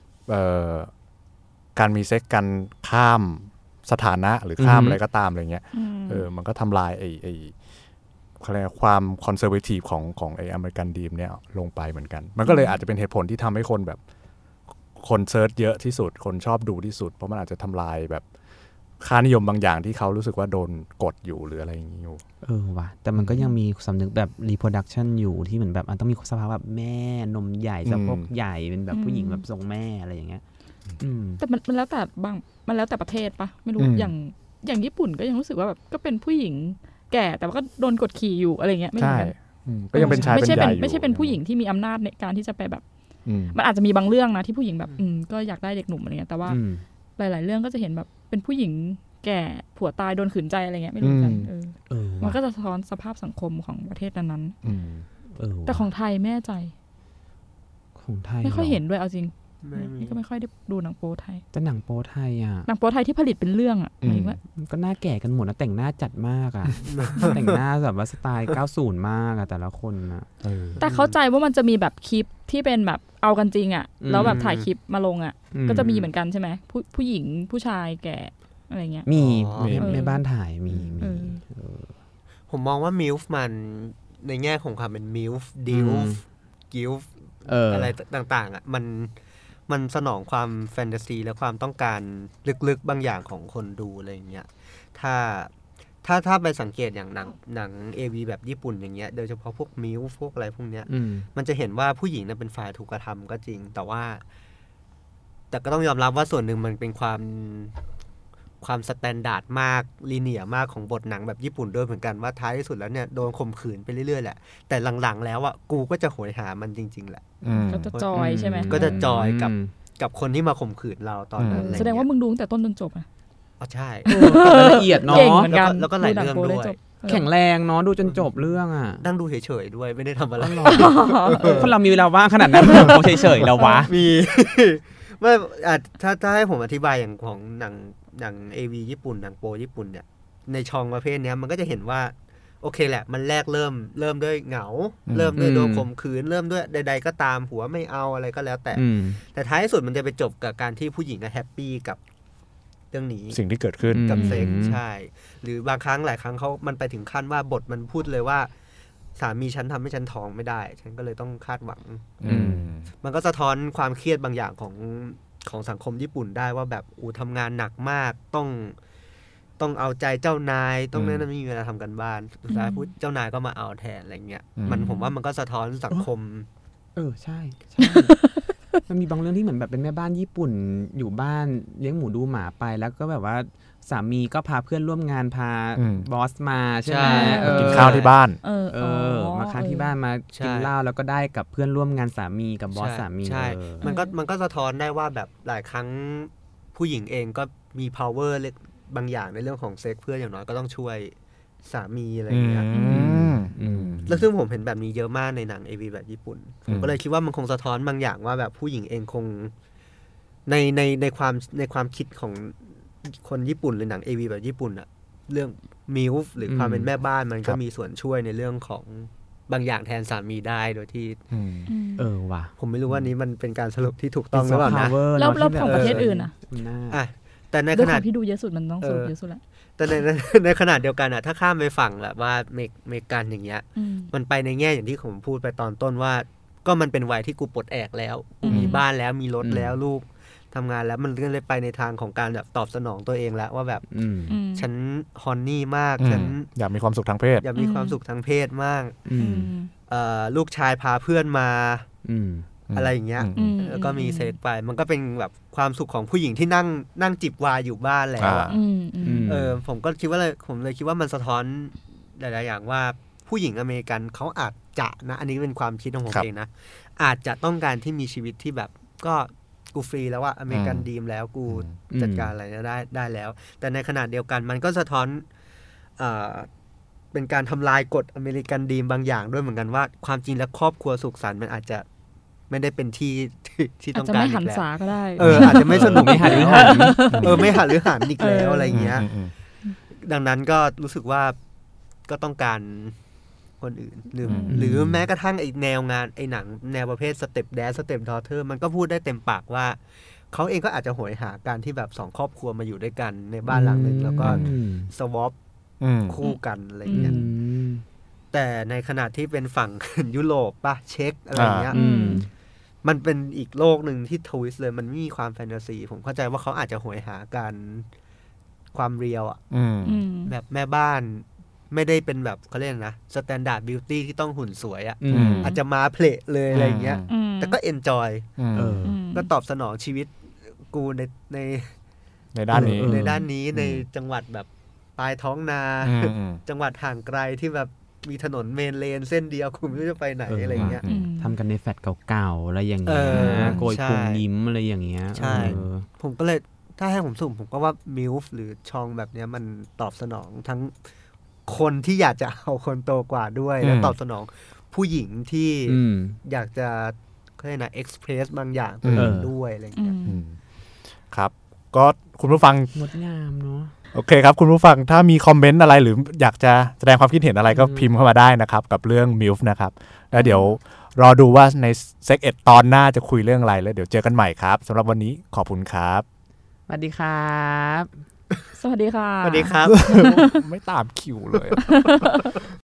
การมีเซ็กกันข้ามสถานะหรือข้ามอะไรก็ตามอะไรเงี้ยมันก็ทำลายไอ้ความคอนเซอร์เวทีฟของไอ้อเมริกันดีมเนี่ยลงไปเหมือนกันมันก็เลยอาจจะเป็นเหตุผลที่ทำให้คนแบบคนเซิร์ชเยอะที่สุดคนชอบดูที่สุดเพราะมันอาจจะทำลายแบบค่านิยมบางอย่างที่เขารู้สึกว่าโดนกดอยู่หรืออะไรอย่างนี้อยู่ว่ะแต่มันก็ยังมีสำนึกแบบรีโปรดักชันอยู่ที่เหมือนแบบมันต้องมีสภาพแบบแม่นมใหญ่สะโพกใหญ่เป็นแบบผู้หญิงแบบทรงแม่อะไรอย่างเงี้ยแต่มันแล้วแต่บางมันแล้วแต่ประเทศปะไม่รู้อย่างญี่ปุ่นก็ยังรู้สึกว่าแบบก็เป็นผู้หญิงแก่แต่ว่าก็โดนกดขี่อยู่อะไรเงี้ยไม่เหมือนกันก็ยังเป็นชายเป็นใหญ่อยู่ไม่ใช่เป็นผู้หญิงที่มีอำนาจในการที่จะไปแบบมันอาจจะมีบางเรื่องนะที่ผู้หญิงแบบก็อยากได้เด็กหนุ่มอะไรเงี้ยแต่ว่าหลายๆเรื่องก็จะเห็นแบบเป็นผู้หญิงแก่ผัวตายโดนขืนใจอะไรเงี้ยไม่รู้กันมันก็จะสะท้อนสภาพสังคมของประเทศนั้นๆแต่ของไทยแม่ใจของไทยไม่ค่อยเห็นด้วยเอาจริงนี่ก็ไม่ค่อยได้ดูหนังโป๊ไทยแต่หนังโป๊ไทยอ่ะหนังโป๊ไทยที่ผลิตเป็นเรื่องอ่ะหมายว่าก็หน้าแก่กันหมดนะแต่งหน้าจัดมากอ่ะ แต่งหน้าแบบว่าสไตล์90มากอ่ะแต่ละคนอ่ะแต่เข้าใจว่ามันจะมีแบบคลิปที่เป็นแบบเอากันจริงอ่ะแล้วแบบถ่ายคลิปมาลงอ่ะก็จะมีเหมือนกันใช่ไหมผู้หญิงผู้ชายแก่อะไรเงี้ยมีแม่บ้านถ่ายมีผมมองว่ามิลฟ์มันในแง่ของความเป็นมิลฟ์ดิลฟ์กิลฟ์อะไรต่างๆอ่ะมันสนองความแฟนตาซีและความต้องการลึกๆบางอย่างของคนดูอะไรอย่างเงี้ยถ้าไปสังเกตอย่างหนัง AV แบบญี่ปุ่นอย่างเงี้ยโดยเฉพาะพวกมิลฟ์พวกอะไรพวกเนี้ยมันจะเห็นว่าผู้หญิงน่ะเป็นฝ่ายถูกกระทำก็จริงแต่ก็ต้องยอมรับว่าส่วนหนึ่งมันเป็นความสแตนดาร์ดมากลีเนียร์มากของบทหนังแบบญี่ปุ่นด้วยเหมือนกันว่าท้ายที่สุดแล้วเนี่ยโดนข่มขืนไปเรื่อยๆแหละแต่หลังๆแล้วอ่ะกูก็จะโหยหามันจริงๆแหละก็จะจอยใช่ไหมก็จะจอยกับคนที่มาข่มขืนเราตอนนั้นแสดงว่ามึงดูตั้งแต่ต้นจนจบอ่ะอ๋อใช่ละเอียดเนาะแล้วก็หลายเรื่องด้วยแข็งแรงเนาะดูจนจบเรื่องอ่ะนั่งดูเฉยๆด้วยไม่ได้ทำอะไรคนเรามีเวลาว่างขนาดนั้นเฉยๆแล้ววะมีไม่ถ้าให้ผมอธิบายอย่างของหนัง AV ญี่ปุ่นหนังโปญี่ปุ่นเนี่ยในช่องประเภทนี้มันก็จะเห็นว่าโอเคแหละมันแรกเริ่มด้วยเหงาเริ่มด้วยโดนข่มขืนเริ่มด้วยใดๆก็ตามผัวไม่เอาอะไรก็แล้วแต่ท้ายสุดมันจะไปจบกับการที่ผู้หญิงแฮปปี้กับเรื่องนี้สิ่งที่เกิดขึ้นกับเซ็กใช่หรือบางครั้งหลายครั้งมันไปถึงขั้นว่าบทมันพูดเลยว่าสามีฉันทำให้ฉันท้องไม่ได้ฉันก็เลยต้องคาดหวังมันก็สะท้อนความเครียดบางอย่างของสังคมญี่ปุ่นได้ว่าแบบทำงานหนักมากต้องเอาใจเจ้านายต้องไม่มีเวลาทำกันบ้านสุดท้ายเจ้านายก็มาเอาแทนอะไรเงี้ยผมว่ามันก็สะท้อนสังคมใช่มันมีบางเรื่องที่เหมือนแบบเป็นแม่บ้านญี่ปุ่นอยู่บ้านเลี้ยงหมูดูหมาไปแล้วก็แบบว่าสามีก็พาเพื่อนร่วมงานพาบอสมาใช่ไหมกินข้าวที่บ้านมาค้างที่บ้านมากินเหล้าแล้วก็ได้กับเพื่อนร่วมงานสามีกับบอสสามีใช่มันก็สะท้อนได้ว่าแบบหลายครั้งผู้หญิงเองก็มี power บางอย่างในเรื่องของเซ็กเพื่ออย่างน้อยก็ต้องช่วยสามีอะไรอย่างเงี้ยแล้วซึ่งผมเห็นแบบนี้เยอะมากในหนัง AV แบบญี่ปุ่นผมก็เลยคิดว่ามันคงสะท้อนบางอย่างว่าแบบผู้หญิงเองคงในความคิดของคนญี่ปุ่นหรือหนัง AV แบบญี่ปุ่นอะเรื่องมิลฟ์หรือความเป็นแม่บ้านมันก็มีส่วนช่วยในเรื่องของบางอย่างแทนสามีได้โดยที่ว่ะผมไม่รู้ว่านี้มันเป็นการสรุปที่ถูกต้องหรือเปล่านะแล้วของประเทศอื่นอ่ะแต่ในขณะที่ดูเยอะสุดมันต้องสรุปเยอะสุดแหละแต่ในขณะเดียวกันอะถ้าข้ามไปฝั่งแบบว่าเมกันอย่างเงี้ยมันไปในแง่อย่างที่ผมพูดไปตอนต้นว่าก็มันเป็นวัยที่กูปลดแอกแล้วมีบ้านแล้วมีรถแล้วลูกทำงานแล้วมันก็เลยไปในทางของการแบบตอบสนองตัวเองแล้วว่าแบบฉันฮอนนี่มากฉันอยากมีความสุขทางเพศอยากมีความสุขทางเพศมากลูกชายพาเพื่อนมาอะไรอย่างเงี้ยแล้วก็มีเซ็กไปมันก็เป็นแบบความสุขของผู้หญิงที่นั่งจิบวายอยู่บ้านแล้วผมก็คิดว่าผมเลยคิดว่ามันสะท้อนหลายๆอย่างว่าผู้หญิงอเมริกันเขาอาจจะนะอันนี้เป็นความคิดของผมเองนะอาจจะต้องการที่มีชีวิตที่แบบก็กูฟรีแล้วว่าอเมริกันดีมแล้วกูจัดการอะไรได้แล้วแต่ในขณะเดียวกันมันก็สะท้อนเป็นการทำลายกฎอเมริกันดีมบางอย่างด้วยเหมือนกันว่าความจริงแล้วครอบครัวสุขสันต์มันอาจจะไม่ได้เป็นที่ต้องการอีกแล้วอาจจะไม่หันษาก็ได้อาจจะไม่สนุกไม่หันหรือหันไม่หันหรือหันอีกแล้วอะไรอย่างเงี้ยดังนั้นก็รู้สึกว่าก็ต้องการคนอื่นหรือแม้กระทั่งไอ้แนวงานไอ้หนังแนวประเภทสเต็ปแดนสเต็ปดอเทอร์มันก็พูดได้เต็มปากว่าเขาเองก็อาจจะโหยหาการที่แบบ2ครอบครัวมาอยู่ด้วยกันในบ้านหลังนึงแล้วก็สวอปคู่กันอะไรอย่างเงี้ยแต่ในขณะที่เป็นฝั่งยุโรปป่ะเช็คอะไรเงี้ยมันเป็นอีกโลกหนึ่งที่ทวิสต์เลยมันไม่มีความแฟนตาซีผมเข้าใจว่าเขาอาจจะโหยหาการความเรียลอ่ะแบบแม่บ้านไม่ได้เป็นแบบเขาเรียกนะสแตนดาร์ดบิวตี้ที่ต้องหุ่นสวยอ่ะอาจจะมาเพลทเลยอะไรเงี้ยแต่ก็เอนจอยก็ตอบสนองชีวิตกูในด้านนี้ในจังหวัดแบบปลายท้องนาจังหวัดห่างไกลที่แบบมีถนนเมนเลนเส้นเดียวคุณไม่รู้จะไปไหนอะไรเงี้ยทำกันในแฟลตเก่าๆอะไรอย่างเงี้ยโกยพุงยิ้มอะไรอย่างเงี้ยใช่ผมก็เลยถ้าให้ผมสุ่มผมก็ว่ามิลฟ์หรือชองแบบเนี้ยมันตอบสนองทั้งคนที่อยากจะเอาคนโตกว่าด้วยและตอบสนองผู้หญิงที่อยากจะก็เลยนะเอ็กซ์เพรสบางอย่างตัวเองด้วยอะไรอย่างเงี้ยครับก็คุณผู้ฟังงดงามเนาะโอเคครับคุณผู้ฟังถ้ามีคอมเมนต์อะไรหรืออยากจะแสดงความคิดเห็นอะไรก็พิมพ์เข้ามาได้นะครับกับเรื่อง MILF นะครับแล้วเดี๋ยวรอดูว่าในเซก1ตอนหน้าจะคุยเรื่องอะไรแล้วเดี๋ยวเจอกันใหม่ครับสำหรับวันนี้ขอบคุณครับสวัสดีครับสวัสดีค่ะสวัสดีครับไม่ตามคิวเลย